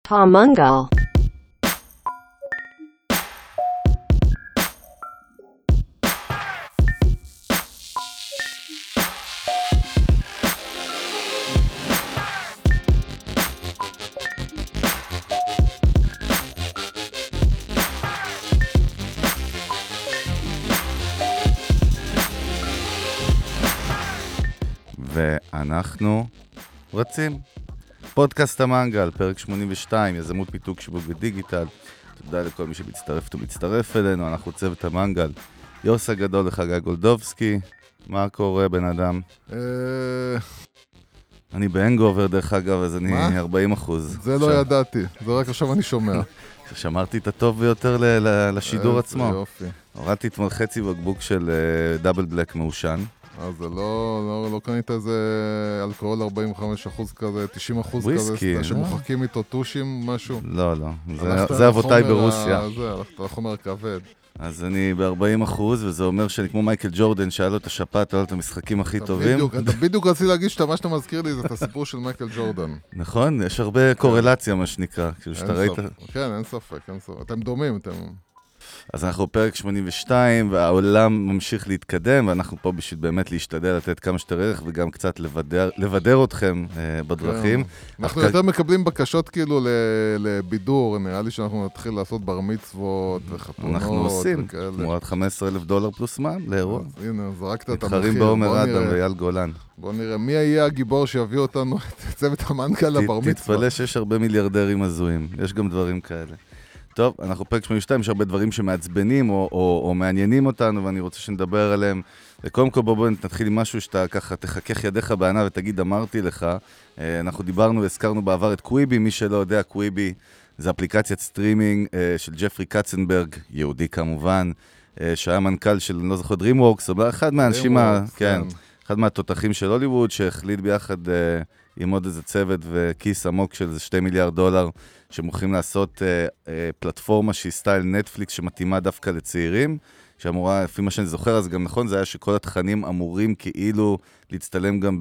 Pamungal. ואנחנו רצים. פודקאסט המנגל, פרק 82, יזמות פיתוק שיווק ודיגיטל. תודה לכל מי שמצטרף ומצטרף אלינו, אנחנו צוות המנגל. יוס הגדול לחגי גולדובסקי, מה קורה בן אדם? אני בהנגובר דרך אגב, אז אני 40%. זה לא ידעתי, זה רק עכשיו אני שומע. שמרתי את הטוב ביותר לשידור עצמו. יופי. הורדתי אתמול חצי בקבוק של דאבל בלק מעושן. אז זה לא קנית איזה אלכוהול 45% כזה, 90% וויסקי, כזה, שמוחקים איתו טושים, משהו? לא, זה אבותיי ברוסיה. הלכת לחומר כבד. אז אני ב-40%, וזה אומר שאני כמו מייקל ג'ורדן, שהיה לו את השפעת, היה לו את המשחקים הכי טובים. אתה בדיוק רציתי להגיד מה שאתה מזכיר לי, זה את הסיפור של מייקל ג'ורדן. נכון, יש הרבה קורלציה, מה שנקרא. כן, אין ספק. אתם דומים, אז אנחנו בפרק 82, והעולם ממשיך להתקדם, ואנחנו פה בשביל באמת להשתדל לתת כמה שיותר ערך, וגם קצת לבדר אתכם בדרכים. אנחנו יותר מקבלים בקשות כאילו לבידור, נראה לי שאנחנו נתחיל לעשות בר מצוות וחתונות. אנחנו עושים, תמורת $15,000 פלוס מע"מ לאירוע. אז הנה, זרקת את המחיר. מתחרים בעומר אדם ואייל גולן. בוא נראה, מי יהיה הגיבור שיביא אותנו את צוות המנכ"ל לבר מצווה? תתפלא שיש הרבה מיליארדרים הזויים, יש גם דברים כאלה. טוב, אנחנו פרק 82, יש הרבה דברים שמעצבנים או מעניינים אותנו, ואני רוצה שנדבר עליהם. וקודם כל בואו נתחיל עם משהו שאתה ככה תחכך ידיך בעינה ותגיד, אמרתי לך. אנחנו דיברנו והזכרנו בעבר את קוויבי, מי שלא יודע, קוויבי זה אפליקציית סטרימינג של ג'פרי קצנברג, יהודי כמובן, שהיה מנכ"ל של, אני לא זוכר, DreamWorks, או אחד מהאנשים, כן, אחד מהתותחים של הוליווד, שהחליט ביחד עם עוד איזה צוות וכיס עמוק של $2 מיליארד, שמוכרים לעשות פלטפורמה שהיא סטייל נטפליקס שמתאימה דווקא לצעירים, שאמורה, לפי מה שאני זוכר, אז גם נכון, זה היה שכל התכנים אמורים כאילו להצטלם גם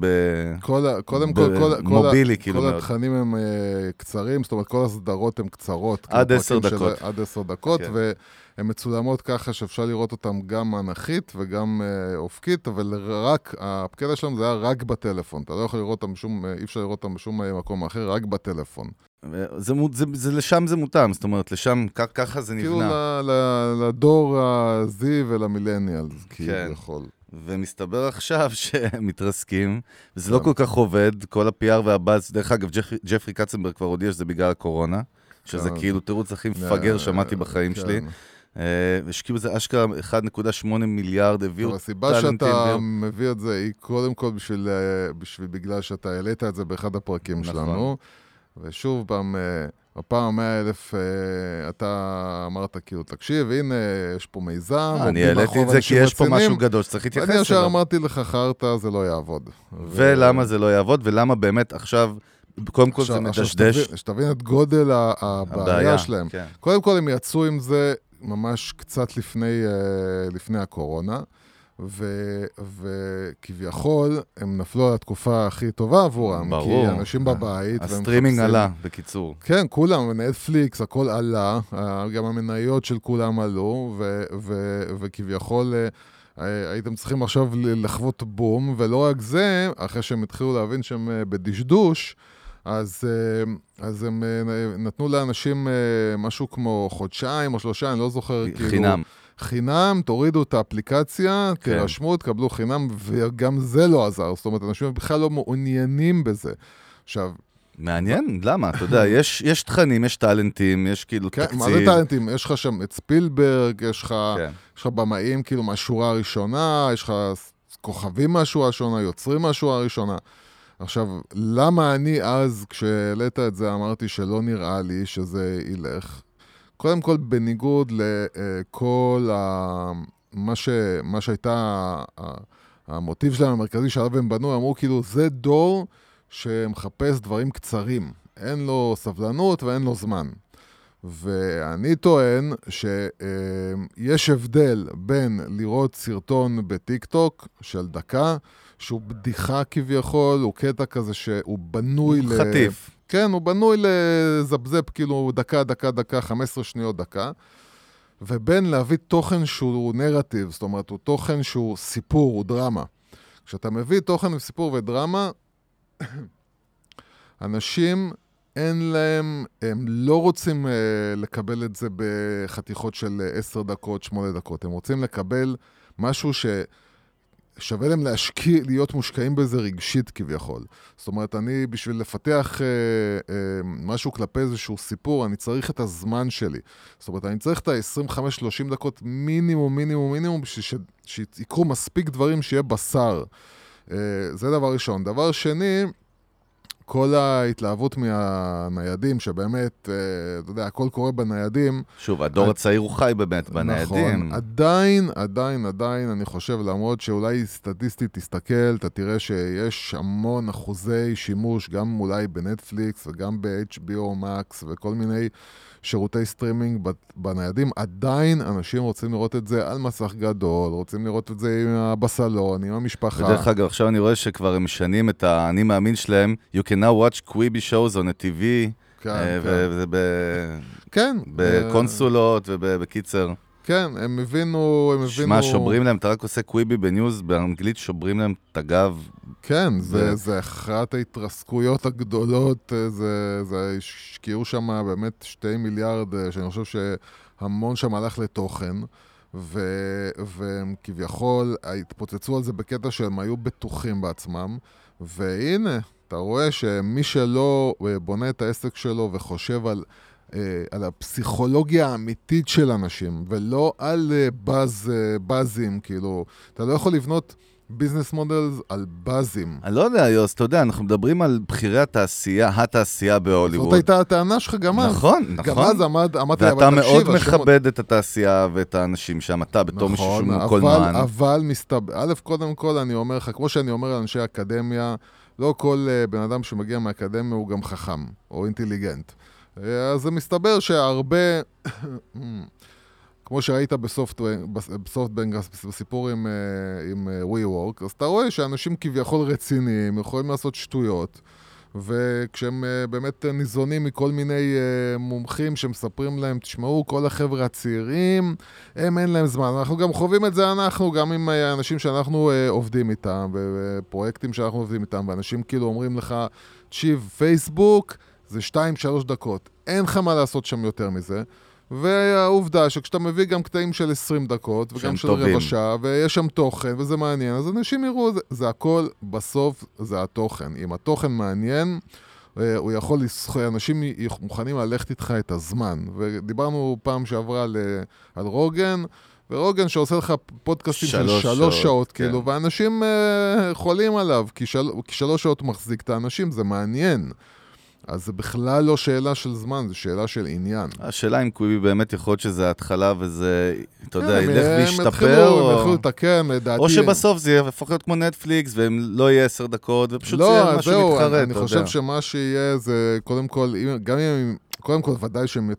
במובילי. כל התכנים הם קצרים, זאת אומרת, כל הסדרות הן קצרות. עד 10 דקות. עד 10 דקות, והן מצולמות ככה שאפשר לראות אותן גם אנכית וגם אופקית, אבל רק, הפקדה שלנו זה היה רק בטלפון. אתה לא יכול לראות אותם אי אפשר לראות אותם בשום מקום אחר, רק בטלפון. לשם זה מותאם, זאת אומרת, לשם, ככה זה נבנה. כאילו לדור ה-Z ולמילניאלס, כביכול. ומסתבר עכשיו שמתרסקים, וזה לא כל כך עובד, כל ה-PR והבאז, דרך אגב, ג'פרי קצנברג כבר הודיע שזה בגלל הקורונה, שזה כאילו תירוץ הכי מפגר שמעתי בחיים שלי. השקיעו בזה אשכרה 1.8 מיליארד, הביאו טלנטים. הסיבה שאתה מביא את זה היא קודם כל בגלל שאתה העלית את זה באחד הפרקים שלנו, ושוב, בפעם 100,000 אתה אמרת כאילו, תקשיב, הנה, יש פה מיזם. אני העליתי את זה כי יש פה משהו גדול שצריך להתייחס אליו. אני ישר אמרתי לך, חרטה, זה לא יעבוד. ולמה זה לא יעבוד, ולמה באמת עכשיו, קודם כל זה מדשדש. שתבין את גודל הבעיה שלהם. קודם כל הם יצאו עם זה ממש קצת לפני הקורונה, וכביכול הם נפלו על התקופה הכי טובה עבורם, ברור. כי אנשים בבית. הסטרימינג עלה, בקיצור. כן, כולם, נטפליקס, הכל עלה, גם המניות של כולם עלו, וכביכול הייתם צריכים עכשיו לחוות בום, ולא רק זה, אחרי שהם התחילו להבין שהם בדשדוש, אז הם נתנו לאנשים משהו כמו חודשיים או 3, אני לא זוכר, חינם, תורידו את האפליקציה, תרשמו, תקבלו חינם, וגם זה לא עזר. זאת אומרת, אנשים בכלל לא מעוניינים בזה. עכשיו... מעניין? למה? אתה יודע, יש תכנים, יש טלנטים, יש כאילו תקציב. מה זה טלנטים? יש לך שם את ספילברג, יש לך במאים כאילו מהשורה הראשונה, יש לך כוכבים מהשורה הראשונה, יוצרים מהשורה הראשונה. עכשיו, למה אני אז, כשהעלית את זה, אמרתי שלא נראה לי שזה ילך? קודם כל, בניגוד לכל מה שהייתה המוטיב שלהם המרכזי שעליו הם בנו, אמרו כאילו, זה דור שמחפש דברים קצרים. אין לו סבלנות ואין לו זמן. ואני טוען שיש הבדל בין לראות סרטון בטיק-טוק של דקה, שהוא בדיחה כביכול, הוא קטע כזה שהוא בנוי חטיף. כן, הוא בנוי לזבזב כאילו דקה, 15 שניות דקה, ובין להביא תוכן שהוא נרטיב, זאת אומרת, הוא תוכן שהוא סיפור, הוא דרמה. כשאתה מביא תוכן וסיפור ודרמה, אנשים אין להם, הם לא רוצים לקבל את זה בחתיכות של 10 דקות, 8 דקות. הם רוצים לקבל משהו ששווה להם להשקיע, להיות מושקעים בזה רגשית כביכול. זאת אומרת, אני בשביל לפתח משהו כלפי איזשהו סיפור, אני צריך את הזמן שלי. זאת אומרת, אני צריך את ה-25-30 דקות מינימום, בשביל שיקרו מספיק דברים שיהיה בשר. זה דבר ראשון. דבר שני, כל ההתלהבות מהניידים, שבאמת, אתה יודע, הכל קורה בניידים. שוב, הדור הצעיר הוא חי באמת בניידים. נכון, עדיין, אני חושב, למרות שאולי סטטיסטית תסתכל, אתה תראה שיש המון אחוזי שימוש, גם אולי בנטפליקס וגם ב-HBO Max וכל מיני שירותי סטרימינג בניידים. עדיין אנשים רוצים לראות את זה על מסך גדול, רוצים לראות את זה בסלון, עם המשפחה. ודרך אגב, עכשיו אני רואה שכבר הם משנים את האני מאמין שלהם. You can now watch Quibi shows on a TV, וזה בקונסולות ובקיצר. כן, הם הבינו... שמה, שוברים להם, אתה רק עושה קוויבי בניוז, באנגלית שוברים להם את הגב. כן, זה אחת ההתרסקויות הגדולות, זה השקיעו שם באמת 2 מיליארד, שאני חושב שהמון שם הלך לתוכן, והם כביכול התפוצצו על זה בקטע שהם היו בטוחים בעצמם, והנה, אתה רואה שמי שלא בונה את העסק שלו וחושב על הפסיכולוגיה האמיתית של אנשים, ולא על בזים, כאילו, אתה לא יכול לבנות ביזנס מודלס על בזים. אני לא יודע, יוס, אתה יודע, אנחנו מדברים על בחירי התעשייה בהוליווד. זאת הייתה הטענה שלך גם אז. נכון. גם אז אמרתי, ואתה מאוד מכבד את התעשייה ואת האנשים שם, אתה בתור מישהו שהוא קולנוען. אבל מסתבר, א', קודם כל אני אומר לך, כמו שאני אומר לאנשי אקדמיה, לא כל בן אדם שמגיע מהאקדמיה הוא גם חכם או אינטליגנט. אז זה מסתבר שהרבה, כמו שראית בסופטבנק, בסיפור עם WeWork, אז אתה רואה שאנשים כביכול רציניים, יכולים לעשות שטויות, וכשהם באמת ניזונים מכל מיני מומחים שמספרים להם, תשמעו, כל החבר'ה הצעירים, הם אין להם זמן. אנחנו גם חווים את זה אנחנו, גם עם אנשים שאנחנו עובדים איתם, ופרויקטים שאנחנו עובדים איתם, ואנשים כאילו אומרים לך, תשיב, פייסבוק, זה 2-3 דקות. אין לך מה לעשות שם יותר מזה. והעובדה שכשאתה מביא גם קטעים של 20 דקות, וגם של רבע שעה, ויש שם תוכן, וזה מעניין, אז אנשים יראו, זה הכל בסוף, זה התוכן. אם התוכן מעניין, הוא יכול אנשים מוכנים ללכת איתך את הזמן. ודיברנו פעם שעברה על רוגן, ורוגן שעושה לך פודקאסטים של 3 שעות, כאילו, ואנשים חולים עליו, כי 3 שעות מחזיק את האנשים, זה מעניין. אז זה בכלל לא שאלה של זמן, זה שאלה של עניין. השאלה אם קוויבי באמת יכול להיות שזה ההתחלה וזה, אתה יודע, ילך וישתפר, הם יתחילו לתקן, לדעתי. או שבסוף זה יהפוך להיות כמו נטפליקס, והם לא יהיה 10 דקות, ופשוט זה יהיה משהו מתחרט. אני חושב שמה שיהיה זה, קודם כל, גם אם, קודם כל ודאי שהם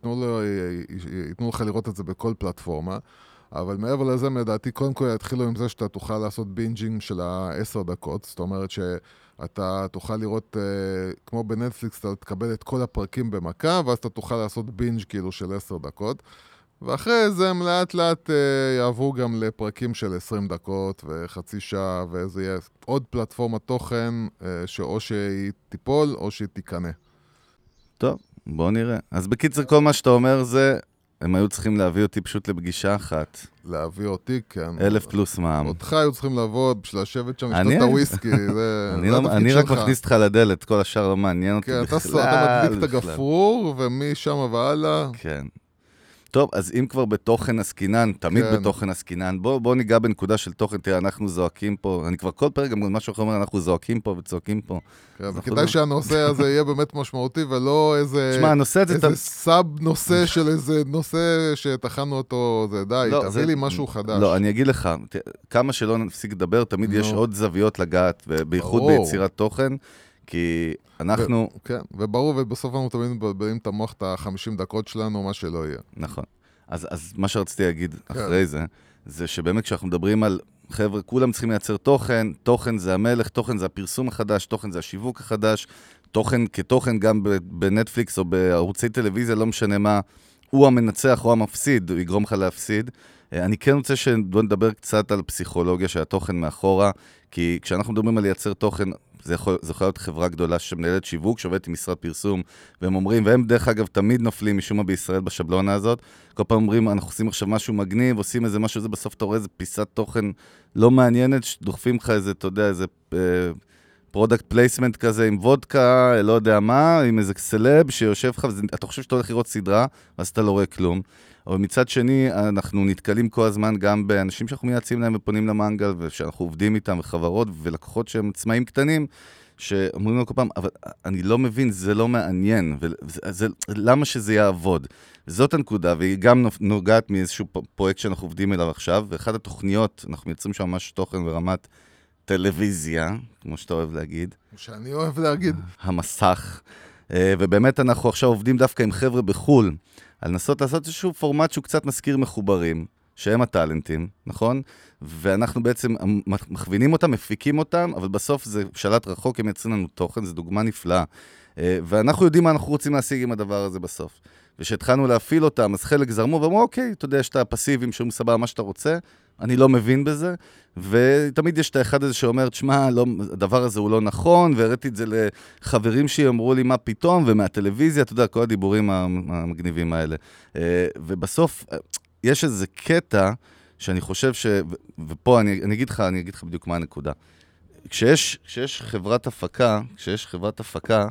ייתנו לך לראות את זה בכל פלטפורמה, אבל מעבר לזה, לדעתי, קודם כל יתחילו עם זה שאתה תוכל לעשות בינג'ינג של 10 דקות, זאת אומרת אתה תוכל לראות, כמו בנטפליקס, אתה תקבל את כל הפרקים במכה, ואז אתה תוכל לעשות בינג' כאילו של 10 דקות. ואחרי זה הם לאט לאט יעברו גם לפרקים של 20 דקות וחצי שעה, וזה יהיה עוד פלטפורמת תוכן שאו שהיא תיפול או שהיא תיקנה. טוב, בואו נראה. אז בקיצר, כל מה שאתה אומר זה, הם היו צריכים להביא אותי פשוט לפגישה אחת. להביא אותי, כן. 1,000 פלוס מע"מ. אותך היו צריכים לבוא בשביל לשבת שם, לשתות את הוויסקי. אני רק מכניס אותך לדלת, כל השאר לא מעניין אותי בכלל. כן, אתה מדליק את הגפרור, ומשם והלאה. כן. טוב, אז אם כבר בתוכן עסקינן, תמיד בתוכן עסקינן, בוא ניגע בנקודה של תוכן, תראה, אנחנו זועקים פה, אני כבר כל פרק, גם משהו אחר אומר, אנחנו זועקים פה וצועקים פה. כן, וכדאי שהנושא הזה יהיה באמת משמעותי, ולא איזה סאב נושא של איזה נושא שתחנו אותו, זה די, תביא לי משהו חדש. לא, אני אגיד לך, כמה שלא נפסיק לדבר, תמיד יש עוד זוויות לגעת, ובייחוד ביצירת תוכן, כי אנחנו... כן, וברור, ובסוף אנחנו תמיד מבלבלים את המוח את ה-50 דקות שלנו, מה שלא יהיה. נכון. אז מה שרציתי להגיד אחרי זה, זה שבאמת כשאנחנו מדברים על, חבר'ה, כולם צריכים לייצר תוכן, תוכן זה המלך, תוכן זה הפרסום החדש, תוכן זה השיווק החדש, תוכן כתוכן גם בנטפליקס או בערוצי טלוויזיה, לא משנה מה, הוא המנצח או המפסיד, הוא יגרום לך להפסיד. אני כן רוצה שנדבר קצת על פסיכולוגיה של התוכן מאחורה, כי כשאנחנו מדברים על לייצר תוכן, זה יכול להיות חברה גדולה שמנהלת שיווק, שעובדת עם משרד פרסום, והם אומרים, והם דרך אגב תמיד נופלים משום מה בישראל בשבלונה הזאת, כל פעם אומרים, אנחנו עושים עכשיו משהו מגניב, עושים איזה משהו, זה בסוף אתה רואה איזה פיסת תוכן לא מעניינת, שדוחפים לך איזה, אתה יודע, איזה פרודקט פלייסמנט כזה עם וודקה, לא יודע מה, עם איזה סלב שיושב לך, אתה חושב שאתה הולך לראות סדרה, אז אתה לא רואה כלום. אבל מצד שני, אנחנו נתקלים כל הזמן גם באנשים שאנחנו מייעצים להם ופונים למנגל, ושאנחנו עובדים איתם, וחברות ולקוחות שהם עצמאים קטנים, שאומרים לנו כל פעם, אבל אני לא מבין, זה לא מעניין, למה שזה יעבוד? זאת הנקודה, והיא גם נוגעת מאיזשהו פרויקט שאנחנו עובדים אליו עכשיו, ואחת התוכניות, אנחנו מייצרים שם ממש תוכן ברמת טלוויזיה, כמו שאתה אוהב להגיד. שאני אוהב להגיד. המסך. ובאמת אנחנו עכשיו עובדים דווקא עם חבר'ה בחול, על לנסות לעשות איזשהו פורמט שהוא קצת מזכיר מחוברים, שהם הטלנטים, נכון? ואנחנו בעצם מכווינים אותם, מפיקים אותם, אבל בסוף זה שלט רחוק, הם מייצרים לנו תוכן, זו דוגמה נפלאה. ואנחנו יודעים מה אנחנו רוצים להשיג עם הדבר הזה בסוף. ושהתחלנו להפעיל אותם, אז חלק זרמו, ואמרו, אוקיי, אתה יודע, יש את הפסיבים, שום סבבה, מה שאתה רוצה, אני לא מבין בזה, ותמיד יש את האחד הזה שאומר, תשמע, הדבר הזה הוא לא נכון, והראיתי את זה לחברים שאמרו לי מה פתאום, ומהטלוויזיה, אתה יודע, כל הדיבורים המגניבים האלה. ובסוף, יש איזה קטע שאני חושב ופה אני אגיד לך בדיוק מה הנקודה. כשיש חברת הפקה,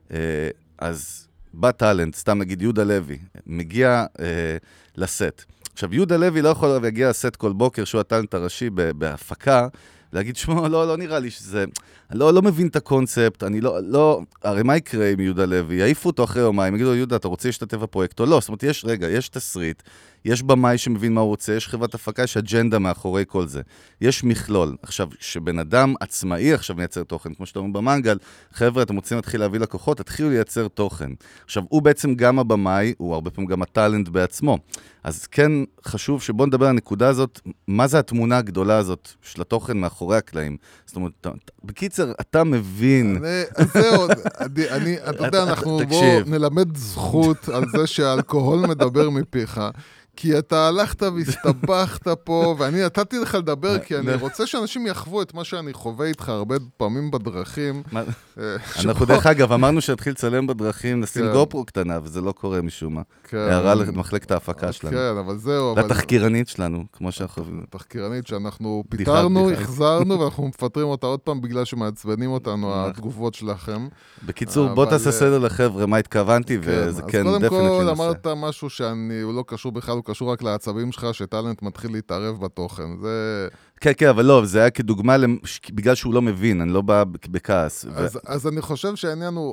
אז בא טלנט, סתם נגיד יהודה לוי, מגיע לסט. עכשיו, יהודה לוי לא יכול להגיע לסט כל בוקר, שהוא הטלנט הראשי בהפקה, להגיד, שמו, לא נראה לי שזה, לא מבין את הקונספט, הרי מה יקרה עם יהודה לוי? יעיפו אותו אחרי יומיים, יגידו, יהודה, אתה רוצה להשתתף בפרויקט או לא? זאת אומרת, יש תסריט, יש במאי שמבין מה הוא רוצה, יש חברת הפקה, יש אג'נדה מאחורי כל זה. יש מכלול. עכשיו, שבן אדם עצמאי עכשיו מייצר תוכן, כמו שאתה אומר במנגל, חבר'ה, אתם רוצים להתחיל להביא לקוחות, תתחילו לייצר תוכן. עכשיו, הוא בעצם גם הבמאי, הוא הרבה פעמים גם הטלנט בעצמו. אז כן חשוב שבוא נדבר על הנקודה הזאת, מה זה התמונה הגדולה הזאת של התוכן מאחורי הקלעים. זאת אומרת, בקיצר, אתה מבין. זהו, אתה יודע, אנחנו בואו נלמד זכות על זה שהאלכוהול מדבר מפיך. כי אתה הלכת והסתבכת פה, ואני נתתי לך לדבר, כי אני רוצה שאנשים יחוו את מה שאני חווה איתך הרבה פעמים בדרכים. אנחנו דרך אגב, אמרנו שהתחיל לצלם בדרכים, נשים גופרו קטנה, וזה לא קורה משום מה. הערה למחלקת ההפקה שלנו. כן, אבל זהו. לתחקירנית שלנו, כמו שאנחנו... תחקירנית שאנחנו פיתרנו, החזרנו, ואנחנו מפטרים אותה עוד פעם, בגלל שמעצבנים אותנו התגובות שלכם. בקיצור, בוא תעשה סדר לחבר'ה, מה התכוונתי, וזה כן, אז קודם כל אמרת משהו שהוא לא קשור בכלל, הוא קשור רק לעצבים שלך, שטלנט מתחיל להתערב בתוכן. זה... כן, אבל לא, זה היה כדוגמה בגלל שהוא לא מבין, אני לא בא בכעס. אז אני חושב שהעניין הוא,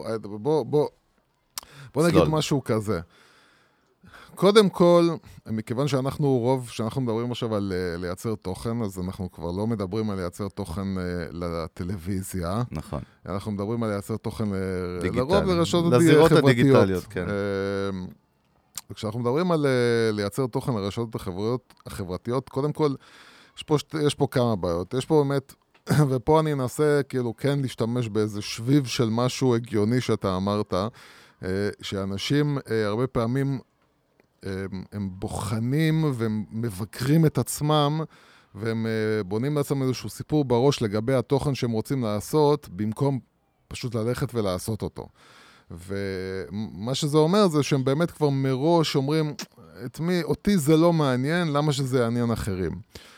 בוא נגיד משהו כזה. קודם כל, מכיוון שאנחנו מדברים עכשיו על לייצר תוכן, אז אנחנו כבר לא מדברים על לייצר תוכן לטלוויזיה. נכון. אנחנו מדברים על לייצר תוכן לרוב לרשתות לזירות הדיגיטליות, כן. וכשאנחנו מדברים על לייצר תוכן לרשתות החברתיות, קודם כל, יש פה כמה בעיות. יש פה באמת, ופה אני אנסה כאילו כן להשתמש באיזה שביב של משהו הגיוני שאתה אמרת, שאנשים הרבה פעמים הם בוחנים והם מבקרים את עצמם, והם בונים לעצמם איזשהו סיפור בראש לגבי התוכן שהם רוצים לעשות, במקום פשוט ללכת ולעשות אותו. ומה שזה אומר זה שהם באמת כבר מראש אומרים, אותי זה לא מעניין, למה שזה יעניין אחרים.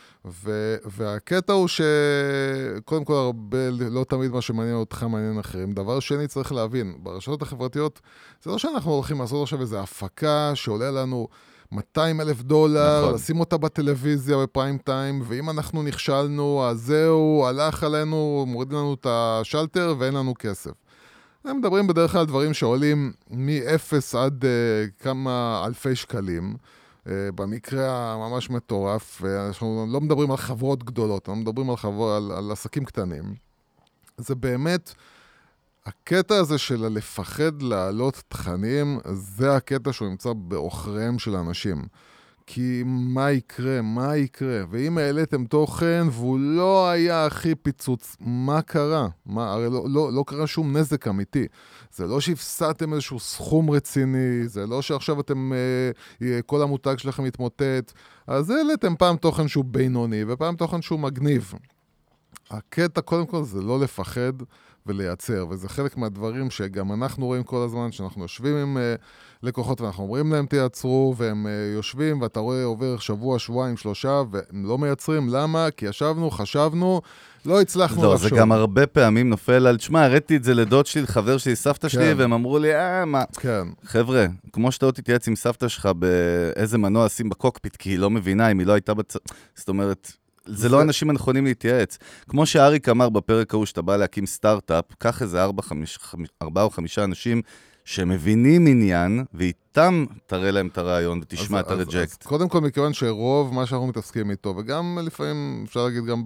והקטע הוא שקודם כל הרבה, לא תמיד מה שמעניין אותך מעניין אחרים. דבר שני צריך להבין, ברשתות החברתיות, זה לא שאנחנו הולכים לעשות עכשיו איזו הפקה שעולה לנו $200,000, נכון. לשים אותה בטלוויזיה בפריים טיים, ואם אנחנו נכשלנו, אז זהו, הלך עלינו, מוריד לנו את השלטר ואין לנו כסף. הם מדברים בדרך כלל דברים שעולים מ-0 עד כמה אלפי שקלים, במקרה הממש מטורף, ואנחנו לא מדברים על חברות גדולות, אנחנו מדברים על עסקים קטנים. זה באמת, הקטע הזה של לפחד להעלות תכנים, זה הקטע שהוא נמצא באוכריהם של האנשים. כי מה יקרה? ואם העליתם תוכן והוא לא היה הכי פיצוץ, מה קרה? הרי לא קרה שום נזק אמיתי. זה לא שהפסדתם איזשהו סכום רציני, זה לא שעכשיו כל המותג שלכם מתמוטט, אז העליתם פעם תוכן שהוא בינוני ופעם תוכן שהוא מגניב. הקטע קודם כל זה לא לפחד ולייצר, וזה חלק מהדברים שגם אנחנו רואים כל הזמן, שאנחנו יושבים עם לקוחות ואנחנו אומרים להם תייצרו, והם יושבים ואתה רואה עובר שבוע, שבועיים, 3, והם לא מייצרים. למה? כי ישבנו, חשבנו, לא הצלחנו לא, לחשוב. זה גם הרבה פעמים נופל על, תשמע, הראיתי את זה לדוד שלי, לחבר שלי, סבתא שלי, והם אמרו לי, מה? כן. חבר'ה, כמו שאתה עוד תתייעץ עם סבתא שלך באיזה מנוע עשים בקוקפיט, כי היא לא מבינה אם היא לא הייתה זאת אומרת, זה לא אנשים הנכונים להתייעץ. כמו שאריק אמר בפרק ההוא, שאתה בא להקים סטארט-אפ, קח איזה 4 או 5 אנשים שמבינים עניין, ואיתם תראה להם את הרעיון ותשמע את הרג'קט. אז קודם כל, מכיוון שרוב מה שאנחנו מתעסקים איתו, וגם לפעמים, אפשר להגיד גם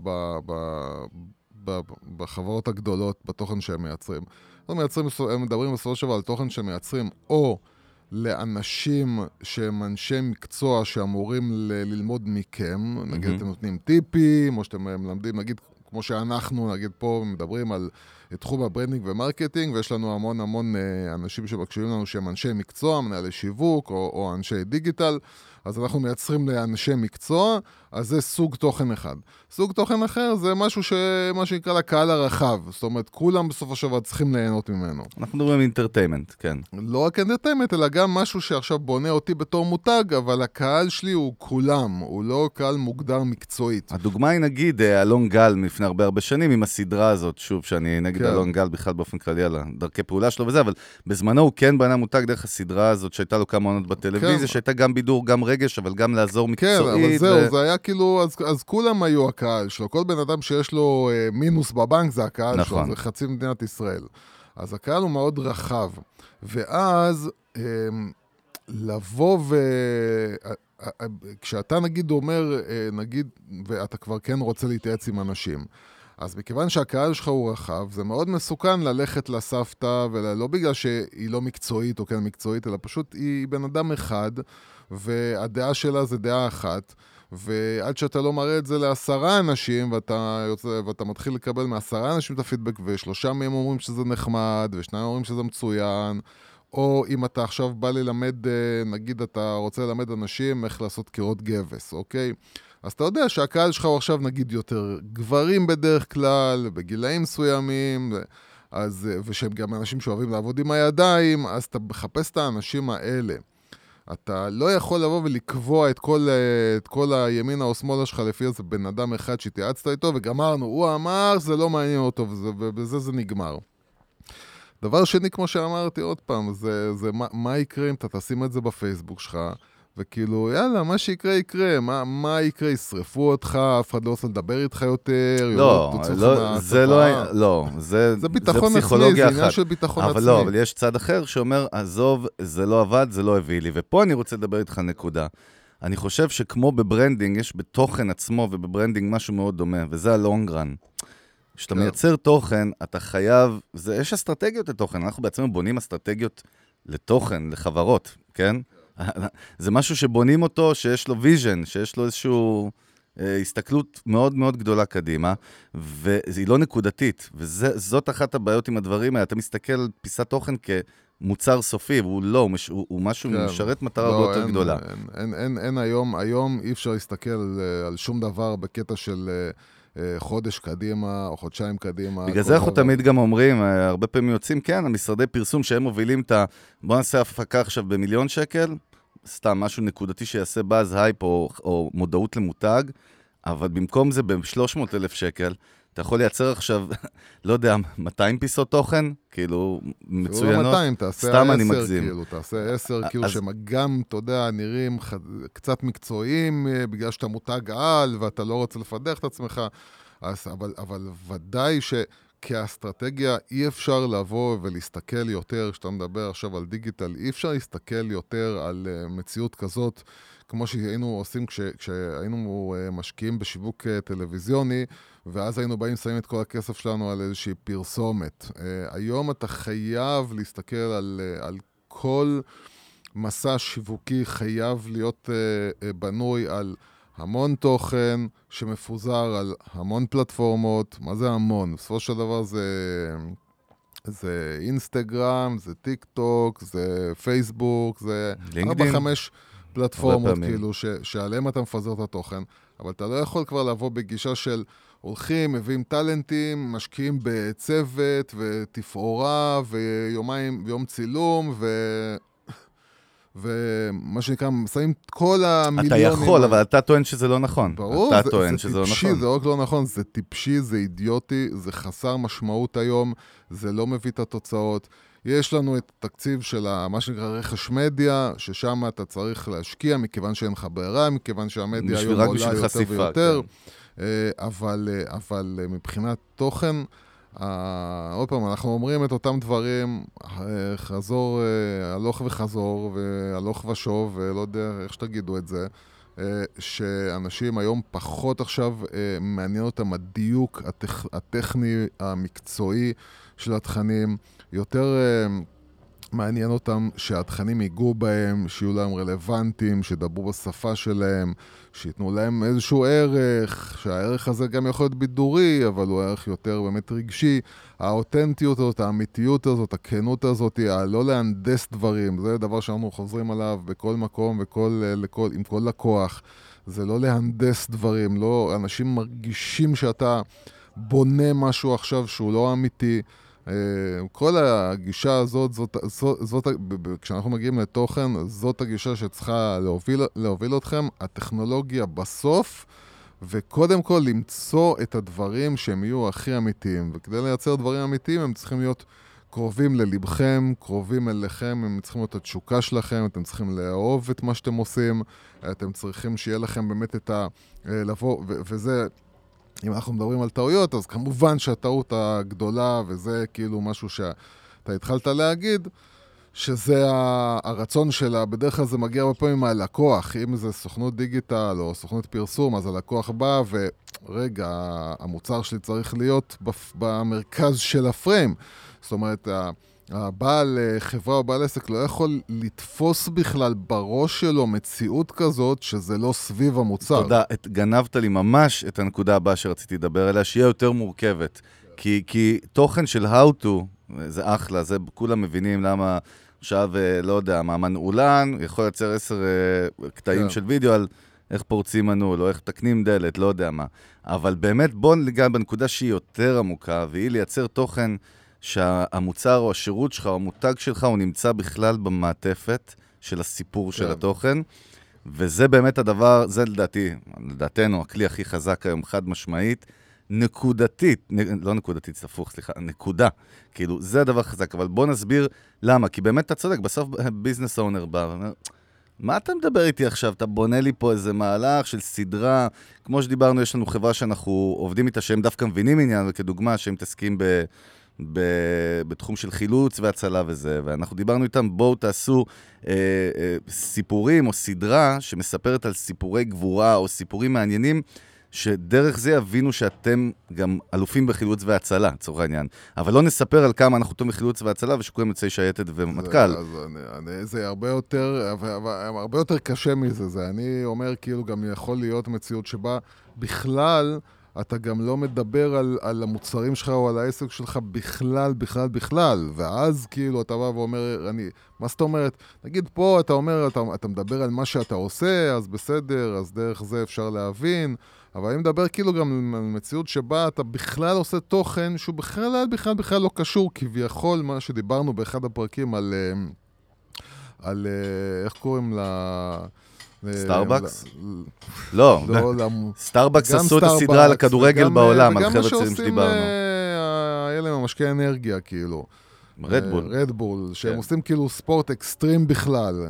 בחברות הגדולות, בתוכן שהם מייצרים. הם מדברים בסופו של דבר על תוכן שהם מייצרים, או לאנשים שהם אנשי מקצוע שאמורים ללמוד מכם, נגיד אתם נותנים טיפים, או שאתם מלמדים, נגיד, כמו שאנחנו, נגיד פה, מדברים על תחום הברנדינג ומרקטינג, ויש לנו המון אנשים שמקשיבים לנו שהם אנשי מקצוע, מנהלי שיווק, או אנשי דיגיטל, אז אנחנו מייצרים לאנשי מקצוע, אז זה סוג תוכן אחד. סוג תוכן אחר זה משהו מה שנקרא לקהל הרחב, זאת אומרת, כולם בסופו של דבר צריכים ליהנות ממנו. אנחנו מדברים על אינטרטיימנט, כן. לא רק אינטרטיימנט, אלא גם משהו שעכשיו בונה אותי בתור מותג, אבל הקהל שלי הוא כולם, הוא לא קהל מוגדר מקצועית. הדוגמה היא נגיד אלון גל מלפני הרבה שנים עם הסדרה הזאת, שוב, שאני נגד אלון גל בכלל באופן כללי על דרכי פעולה שלו וזה, אבל בזמנו הוא כן בנה מותג דרך הסדרה הזאת שהייתה לו כמה עונות בטלוויזיה, שהייתה גם בידור, גם רגש, אבל גם לעזור מקצועית. כן, אבל זהו, זה היה כאילו, אז כולם היו הקהל שלו. כל בן אדם שיש לו מינוס בבנק זה הקהל שלו, זה חצי מדינת ישראל. אז הקהל הוא מאוד רחב. ואז לבוא כשאתה נגיד אומר, נגיד, ואתה כבר כן רוצה להתייעץ עם אנשים, אז מכיוון שהקהל שלך הוא רחב, זה מאוד מסוכן ללכת לסבתא, ולא בגלל שהיא לא מקצועית או כן מקצועית, אלא פשוט היא בן אדם אחד, והדעה שלה זה דעה אחת, ועד שאתה לא מראה את זה ל10 אנשים, ואתה מתחיל לקבל מ10 אנשים את הפידבק, ו3 מהם אומרים שזה נחמד, ו2 אומרים שזה מצוין, או אם אתה עכשיו בא ללמד, נגיד אתה רוצה ללמד אנשים איך לעשות קירות גבס, אוקיי? אז אתה יודע שהקהל שלך הוא עכשיו נגיד יותר גברים בדרך כלל, בגילאים מסוימים, ושהם גם אנשים שאוהבים לעבוד עם הידיים, אז אתה מחפש את האנשים האלה. אתה לא יכול לבוא ולקבוע את כל הימינה או שמאלה שלך לפי איזה בן אדם אחד שהתייעצת איתו, וגמרנו, הוא אמר, זה לא מעניין אותו, ובזה זה נגמר. דבר שני, כמו שאמרתי עוד פעם, זה מה יקרה אם אתה תשים את זה בפייסבוק שלך, וכאילו, יאללה, מה שיקרה יקרה, מה יקרה, ישרפו אותך, אף אחד לא רוצה לדבר איתך יותר, זה ביטחון עצמי, זה עניין של ביטחון עצמי. אבל לא, אבל יש צד אחר שאומר, עזוב, זה לא עבד, זה לא הביא לי, ופה אני רוצה לדבר איתך נקודה. אני חושב שכמו בברנדינג, יש בתוכן עצמו ובברנדינג משהו מאוד דומה, וזה הלונגרן. כשאתה מייצר תוכן, אתה חייב, יש אסטרטגיות לתוכן, אנחנו בעצמנו בונים אסטרטגיות לתוכן, לחברות, כן? זה משהו שבונים אותו, שיש לו ויז'ן, שיש לו איזושהי הסתכלות מאוד מאוד גדולה קדימה, והיא לא נקודתית, וזאת אחת הבעיות עם הדברים האלה. אתה מסתכל על פיסת תוכן כמוצר סופי, והוא לא, הוא משהו משרת מטרה הרבה יותר גדולה. אין היום אי אפשר להסתכל על שום דבר בקטע של חודש קדימה או חודשיים קדימה. בגלל זה אנחנו תמיד גם אומרים, הרבה פעמים יוצאים, כן, המשרדי פרסום שהם מובילים את בוא נעשה הפקה עכשיו ב1,000,000 שקל, סתם משהו נקודתי שיעשה באז הייפ או מודעות למותג, אבל במקום זה ב300,000 שקל, אתה יכול לייצר עכשיו, לא יודע, 200 פיסות תוכן, כאילו מצוינות. 200, תעשה 10, כאילו, תעשה 10, כאילו שגם, אתה יודע, נראים קצת מקצועיים, בגלל שאתה מותג על, ואתה לא רוצה לפדח את עצמך, אבל ודאי שכאסטרטגיה אי אפשר לבוא ולהסתכל יותר, כשאתה מדבר עכשיו על דיגיטל, אי אפשר להסתכל יותר על מציאות כזאת, כמו שהיינו עושים כשהיינו משקיעים בשיווק טלוויזיוני, ואז היינו באים שמים את כל הכסף שלנו על איזושהי פרסומת. היום אתה חייב להסתכל על כל מסע שיווקי חייב להיות בנוי על המון תוכן שמפוזר על המון פלטפורמות. מה זה המון? בסופו של דבר זה אינסטגרם, זה טיק טוק, זה פייסבוק, זה 4-5 פלטפורמות כאילו שעליהם אתה מפזר את התוכן, אבל אתה לא יכול כבר לבוא בגישה של הולכים, מביאים טלנטים, משקיעים בצוות ותפאורה ויום צילום ומה שנקרא, שמים את כל המיליונים. אתה יכול, אבל אתה טוען שזה לא נכון. ברור, זה טיפשי, זה רק לא נכון, זה טיפשי, זה אידיוטי, זה חסר משמעות היום, זה לא מביא את התוצאות. יש לנו את התקציב של מה שנקרא רכש מדיה, ששם אתה צריך להשקיע, מכיוון שאין לך ברירה, מכיוון שהמדיה היום עולה יותר ויותר. אבל מבחינת תוכן, עוד פעם, אנחנו אומרים את אותם דברים, חזור, הלוך וחזור, והלוך ושוב, ולא יודע איך שתגידו את זה, שאנשים היום פחות עכשיו מעניין אותם הדיוק הטכני, המקצועי של התכנים, יותר מעניין אותם שהתכנים ייגעו בהם, שיהיו להם רלוונטיים, שידברו בשפה שלהם, שיתנו להם איזשהו ערך, שהערך הזה גם יכול להיות בידורי, אבל הוא ערך יותר באמת רגשי. האותנטיות הזאת, האמיתיות הזאת, הכנות הזאת, לא להנדס דברים, זה דבר שאנחנו חוזרים עליו בכל מקום עם כל לקוח. זה לא להנדס דברים, לא, אנשים מרגישים שאתה בונה משהו עכשיו שהוא לא אמיתי. כל הגישה הזאת, כשאנחנו מגיעים לתוכן, זאת הגישה שצריכה להוביל אתכם, הטכנולוגיה בסוף, וקודם כל למצוא את הדברים שהם יהיו הכי אמיתיים, וכדי לייצר דברים אמיתיים הם צריכים להיות קרובים ללבכם, קרובים אליכם, הם צריכים להיות התשוקה שלכם, אתם צריכים לאהוב את מה שאתם עושים, אתם צריכים שיהיה לכם באמת את לבוא, וזה... אם אנחנו מדברים על טעויות, אז כמובן שהטעות הגדולה, וזה כאילו משהו שאתה התחלת להגיד, שזה הרצון שלה, בדרך כלל זה מגיע הרבה פעמים מהלקוח, אם זה סוכנות דיגיטל או סוכנות פרסום, אז הלקוח בא ורגע, המוצר שלי צריך להיות במרכז של הפריים. זאת אומרת, הבעל חברה או בעל עסק לא יכול לתפוס בכלל בראש שלו מציאות כזאת שזה לא סביב המוצר. תודה, גנבת לי ממש את הנקודה הבאה שרציתי לדבר עליה, שיהיה יותר מורכבת. כי תוכן של how to, זה אחלה, זה כולם מבינים למה עכשיו, לא יודע, מאמן אולן, יכול לייצר 10 קטעים של וידאו על איך פורצים מנעול, או איך תקנים דלת, לא יודע מה. אבל באמת בוא ניגע בנקודה שהיא יותר עמוקה, והיא לייצר תוכן שהמוצר או השירות שלך או המותג שלך הוא נמצא בכלל במעטפת של הסיפור של התוכן, וזה באמת הדבר, זה לדעתנו, הכלי הכי חזק היום, חד משמעית, נקודתית, לא נקודתית, ספוך, סליחה, נקודה, כאילו, זה הדבר חזק, אבל בוא נסביר למה, כי באמת אתה צודק, בסוף ביזנס אונר בא, ואומר, מה אתה מדבר איתי עכשיו? אתה בונה לי פה איזה מהלך של סדרה, כמו שדיברנו, יש לנו חברה שאנחנו עובדים איתה, שהם דווקא מבינים עניין, וכדוגמה, שהם מתעסקים בתחום של חילוץ והצלה וזה, ואנחנו דיברנו איתם, בואו תעשו סיפורים או סדרה שמספרת על סיפורי גבורה או סיפורים מעניינים, שדרך זה יבינו שאתם גם אלופים בחילוץ והצלה, צורך העניין. אבל לא נספר על כמה אנחנו טובים בחילוץ והצלה, ושכולם יוצאי שייטת ומטכ"ל. זה הרבה יותר קשה מזה. אני אומר, כאילו גם יכול להיות מציאות שבה בכלל אתה גם לא מדבר על המוצרים שלך או על העסק שלך בכלל. ואז כאילו אתה בא ואומר, מה זאת אומרת? נגיד פה אתה אומר, אתה מדבר על מה שאתה עושה, אז בסדר, אז דרך זה אפשר להבין. אבל אני מדבר כאילו גם על מציאות שבה אתה בכלל עושה תוכן שהוא בכלל לא קשור, כביכול מה שדיברנו באחד הפרקים על איך קוראים סטארבקס? לא, סטארבקס עשו את הסדרה על הכדורגל בעולם, על חבר'ה צעירים שדיברנו. וגם מה שעושים, היה להם משקי אנרגיה כאילו. רדבול, שהם עושים כאילו ספורט אקסטרים בכלל.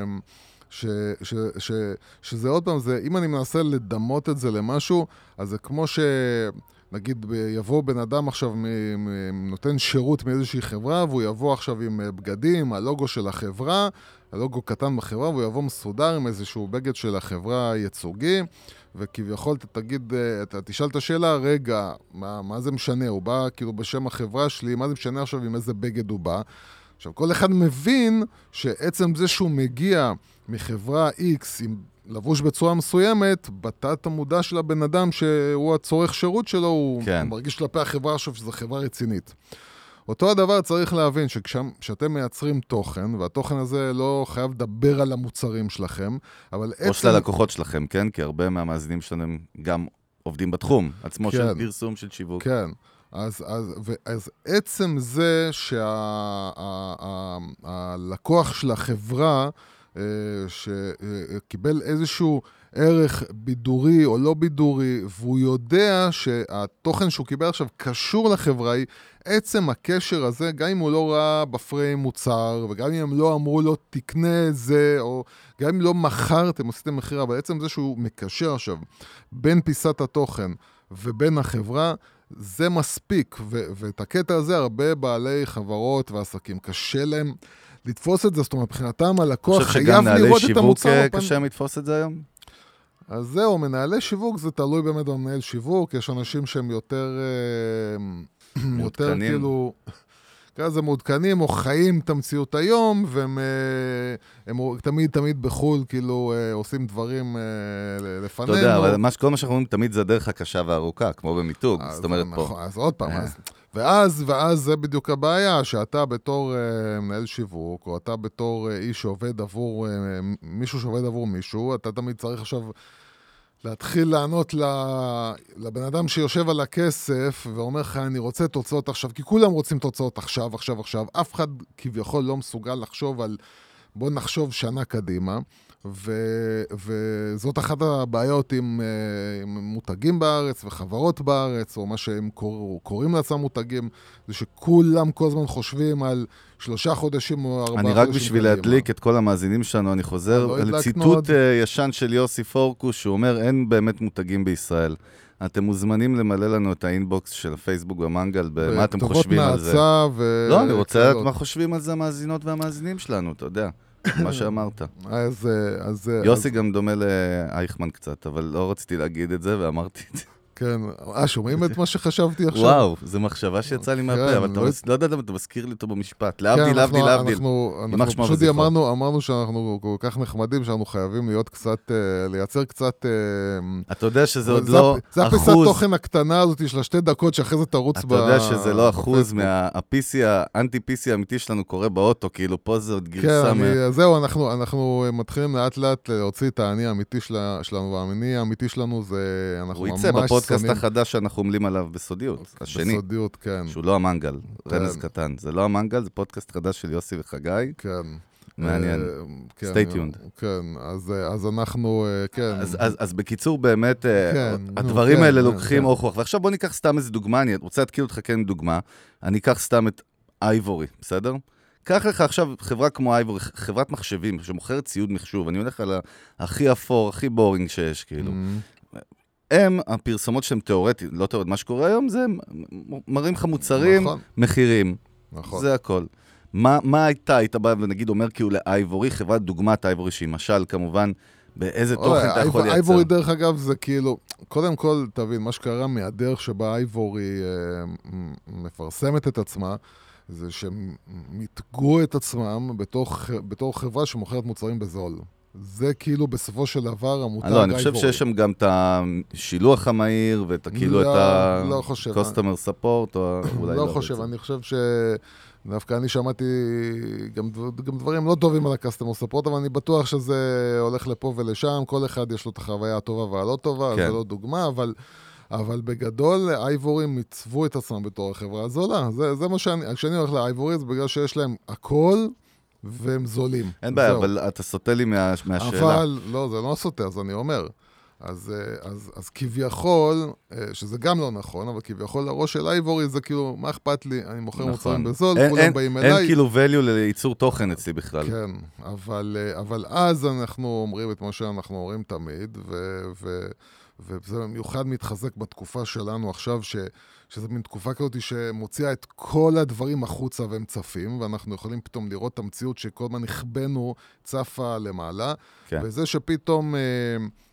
שזה עוד פעם, אם אני מנסה לדמות את זה למשהו, אז זה כמו נגיד יבוא בן אדם עכשיו, נותן שירות מאיזושהי חברה, והוא יבוא עכשיו עם בגדים, הלוגו של החברה, הלוגו קטן בחברה, והוא יבוא מסודר עם איזשהו בגד של החברה ייצוגי, וכביכול אתה תשאל את השאלה, רגע, מה זה משנה? הוא בא כאילו בשם החברה שלי, מה זה משנה עכשיו עם איזה בגד הוא בא? עכשיו, כל אחד מבין שעצם זה שהוא מגיע מחברה X עם לבוש בצורה מסוימת, בתת המודע של הבן אדם שהוא הצורך שירות שלו, הוא מרגיש כלפי החברה עכשיו שזו חברה רצינית. אותו הדבר צריך להבין שכשאתם מייצרים תוכן, והתוכן הזה לא חייב לדבר על המוצרים שלכם, אבל או של הלקוחות שלכם, כן? כי הרבה מהמאזינים שלנו גם עובדים בתחום, עצמו של פרסום, של שיווק. כן. אז עצם זה שהלקוח של החברה, שקיבל איזשהו ערך בידורי או לא בידורי, והוא יודע שהתוכן שהוא קיבל עכשיו קשור לחברה, היא עצם הקשר הזה, גם אם הוא לא ראה בפריים מוצר, וגם אם הם לא אמרו לו תקנה את זה, או גם אם לא מכרתם, עשיתם מחירה, אבל עצם זה שהוא מקשר עכשיו בין פיסת התוכן ובין החברה, זה מספיק, ואת הקטע הזה הרבה בעלי חברות ועסקים קשה להם לתפוס את זה, זאת אומרת, מבחינתם הלקוח חייב לראות את המוצר. חושב שגם מנהלי שיווק קשה לתפוס את זה היום? אז זהו, מנהלי שיווק זה תלוי באמת במנהל שיווק, יש אנשים שהם יותר כאילו, כזה מעודכנים או חיים את המציאות היום, והם תמיד בחול, כאילו, עושים דברים לפנינו. אתה יודע, אבל כל מה שאנחנו אומרים תמיד זה הדרך הקשה והארוכה, כמו במיתוג, זאת אומרת פה. אז עוד פעם, ואז זה בדיוק הבעיה, שאתה בתור מנהל שיווק, או אתה בתור איש שעובד עבור מישהו שעובד עבור מישהו, אתה תמיד צריך עכשיו להתחיל לענות לבן אדם שיושב על הכסף, ואומר לך, אני רוצה תוצאות עכשיו, כי כולם רוצים תוצאות עכשיו. אף אחד כביכול לא מסוגל לחשוב על, בוא נחשוב שנה קדימה, וזאת אחת הבעיות עם מותגים בארץ וחברות בארץ, או מה שהם קוראים לעצם מותגים, זה שכולם כל הזמן חושבים על 3 חודשים או 4 חודשים. אני רק בשביל להדליק את כל המאזינים שלנו, אני חוזר לציטוט ישן של יוסי פורקוש, שהוא אומר, אין באמת מותגים בישראל. אתם מוזמנים למלא לנו את האינבוקס של הפייסבוק במנגל, במה אתם חושבים על זה. לא, אני רוצה לדעת מה חושבים על זה המאזינות והמאזינים שלנו, אתה יודע. מה שאמרת. יוסי גם דומה לאייכמן קצת, אבל לא רציתי להגיד את זה ואמרתי את זה. כן, שומעים את מה שחשבתי עכשיו? וואו, זו מחשבה שיצאה לי מהפה, אבל לא יודע אם אתה מזכיר לי אותו במשפט. להבדיל. אנחנו פשוט אמרנו שאנחנו כל כך נחמדים, שאנחנו חייבים להיות קצת, לייצר קצת... אתה יודע שזה עוד לא אחוז... זה הפיסת תוכן הקטנה הזאת של 2 דקות, שאחרי זה תרוץ אתה יודע שזה לא אחוז מהפיסי, האנטי-פיסי האמיתי שלנו קורה באוטו, כאילו פה זה עוד גרסה... כן, זהו, אנחנו מתחילים לאט לאט להוציא את האני האמיתי שלנו, והאני האמיתי שלנו זה... הוא יצא בפודקאסט החדש שאנחנו עומלים עליו בסודיות, השני. בסודיות, כן. שהוא לא המנגל, רמז קטן. זה לא המנגל, זה פודקאסט חדש של יוסי וחגי. כן. מעניין. stay tuned. כן, אז אנחנו, כן. אז בקיצור, באמת, הדברים האלה לוקחים אור רוח. ועכשיו בוא ניקח סתם איזה דוגמה, אני רוצה להתקיל אותך כן דוגמה. אני אקח סתם את אייבורי, בסדר? קח לך עכשיו חברה כמו אייבורי, חברת מחשבים, שמוכרת ציוד מחשוב. אני הולך על הכי אפור, הכי בורינג שיש, כאילו. הפרסומות שהן תיאורטית, לא תיאורטית, מה שקורה היום זה מראים לך מוצרים, מחירים. זה הכל. מה היית בא ונגיד אומר כאילו לאייבורי, חברת דוגמת אייבורי שהיא משל כמובן, באיזה תוכן אתה יכול לייצר? אייבורי דרך אגב זה כאילו, קודם כל תבין, מה שקרה מהדרך שבה אייבורי מפרסמת את עצמה, זה שהם מתגו את עצמם בתור חברה שמוכרת מוצרים בזול. זה כאילו בסופו של דבר המותג אייבורי. אני חושב שיש שם גם את השילוח המהיר, ואת כאילו את ה-customer support, או אולי לא חושב, אני חושב דווקא אני שמעתי גם דברים לא טובים על ה-customer support, אבל אני בטוח שזה הולך לפה ולשם, כל אחד יש לו את החוויה הטובה והלא טובה, זה לא דוגמה, אבל בגדול אייבורים מצבו את עצמם בתור החברה הזולה. זה מה שאני הולך לאייבורי, זה בגלל שיש להם הכל, והם זולים. אין בעיה, אבל אתה סוטה לי מהשאלה. אבל, לא, זה לא סוטה, אז אני אומר. אז כביכול, שזה גם לא נכון, אבל כביכול הראש של אייבורי זה כאילו, מה אכפת לי? אני מוכר מוצרים בזול, כולם באים אליי. אין כאילו value לייצור תוכן אצלי בכלל. כן, אבל אז אנחנו אומרים את מה שאנחנו אומרים תמיד, וזה במיוחד מתחזק בתקופה שלנו עכשיו, שזו מין תקופה כזאת שמוציאה את כל הדברים החוצה והם צפים, ואנחנו יכולים פתאום לראות את המציאות שכל מה נכבנו צפה למעלה, וזה שפתאום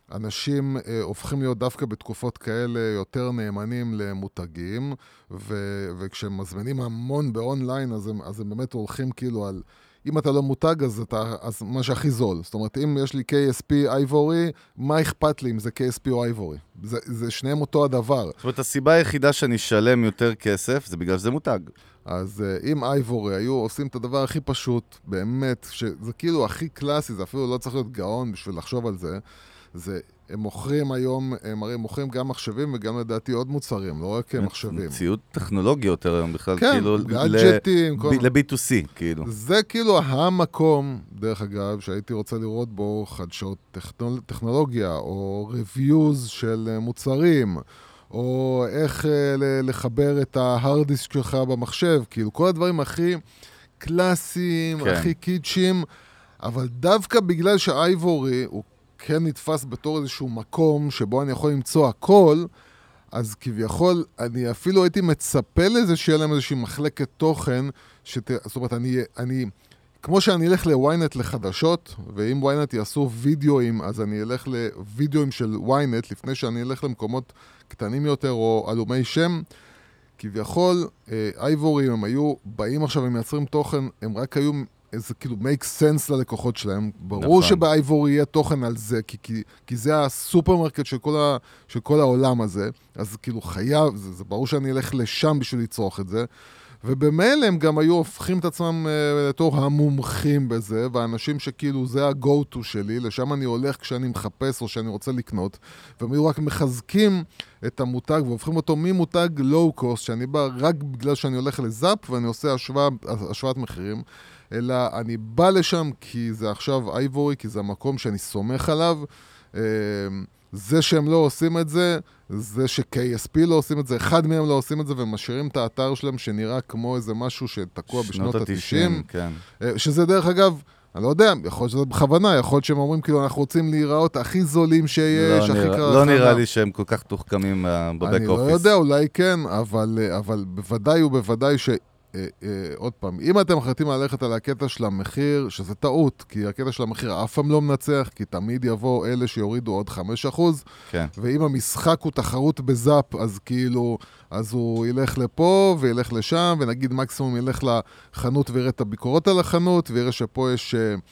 אנשים הופכים להיות דווקא בתקופות כאלה יותר נאמנים למותגים, וכשהם מזמינים המון באונליין, אז הם באמת הולכים כאילו על... אם אתה לא מותג, אז מה שהכי זול. זאת אומרת, אם יש לי KSP אייבורי, מה אכפת לי אם זה KSP או אייבורי? זה שניהם אותו הדבר. זאת אומרת, הסיבה היחידה שאני אשלם יותר כסף, זה בגלל שזה מותג. אז אם אייבורי היו עושים את הדבר הכי פשוט, באמת, שזה כאילו הכי קלאסי, זה אפילו לא צריך להיות גאון בשביל לחשוב על זה, הם מוכרים היום, הם הרי מוכרים גם מחשבים וגם לדעתי עוד מוצרים, לא רק מחשבים. ציוד טכנולוגי יותר היום בכלל, כן, כאילו, גאדג'טים. ל-B2C, כאילו. זה כאילו המקום, דרך אגב, שהייתי רוצה לראות בו חדשות טכנולוגיה, או reviews של מוצרים, או איך לחבר את ההרדיסק שלך במחשב, כאילו כל הדברים הכי קלאסיים, כן. הכי קידשים, אבל דווקא בגלל שאייבורי הוא כן נתפס בתור איזשהו מקום שבו אני יכול למצוא הכל, אז כביכול אני אפילו הייתי מצפה לזה שיהיה להם איזושהי מחלקת תוכן, זאת אומרת, כמו שאני אלך לוויינט לחדשות, ואם וויינט יעשו וידאוים, אז אני אלך לוידאוים של וויינט, לפני שאני אלך למקומות קטנים יותר או אלומי שם, כביכול, אייבורים, הם היו באים עכשיו, הם מייצרים תוכן, הם רק היו איזה כאילו make sense ללקוחות שלהם. ברור שבאייבורי יהיה תוכן על זה, כי זה הסופרמרקט של כל העולם הזה, אז כאילו חייב, זה ברור שאני אלך לשם בשביל לצרוך את זה, ובמילא הם גם היו הופכים את עצמם לתור המומחים בזה, והאנשים שכאילו זה ה-go-to שלי, לשם אני הולך כשאני מחפש או שאני רוצה לקנות, והם היו רק מחזקים את המותג והופכים אותו ממותג low-cost, שאני בא רק בגלל שאני הולך לזאפ ואני עושה השוואת מחירים, אלא אני בא לשם כי זה עכשיו אייבורי, כי זה המקום שאני סומך עליו, זה שהם לא עושים את זה, זה ש-KSP לא עושים את זה, אחד מהם לא עושים את זה, ומשאירים את האתר שלהם שנראה כמו איזה משהו שתקוע בשנות ה-90. כן. שזה דרך אגב, אני לא יודע, יכול להיות שזה בכוונה, יכול להיות שהם אומרים כאילו אנחנו רוצים להיראות הכי זולים שיש, הכי קרה. לא נראה לי שהם כל כך תוחכמים בבק אופיס. אני לא יודע, אולי כן, אבל בוודאי ובוודאי ש... עוד פעם, אם אתם מחליטים ללכת על הקטע של המחיר, שזה טעות, כי הקטע של המחיר אף פעם לא מנצח, כי תמיד יבוא אלה שיורידו עוד 5%, כן. ואם המשחק הוא תחרות בזאפ, אז כאילו, אז הוא ילך לפה וילך לשם, ונגיד מקסימום ילך לחנות ויראה את הביקורות על החנות, ויראה שפה יש